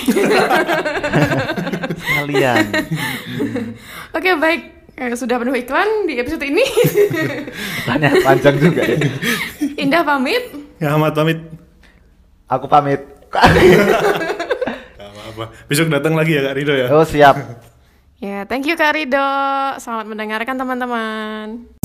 C: Sekalian.
B: Oke, okay, baik. Eh, sudah penuh iklan di episode ini.
C: Tanya panjang juga ya.
B: Indah pamit.
A: Ya, Ahmad pamit.
C: Aku pamit.
A: Apa. Besok datang lagi ya Kak Rido ya?
C: Oh siap.
B: Ya, thank you Kak Rido. Selamat mendengarkan teman-teman.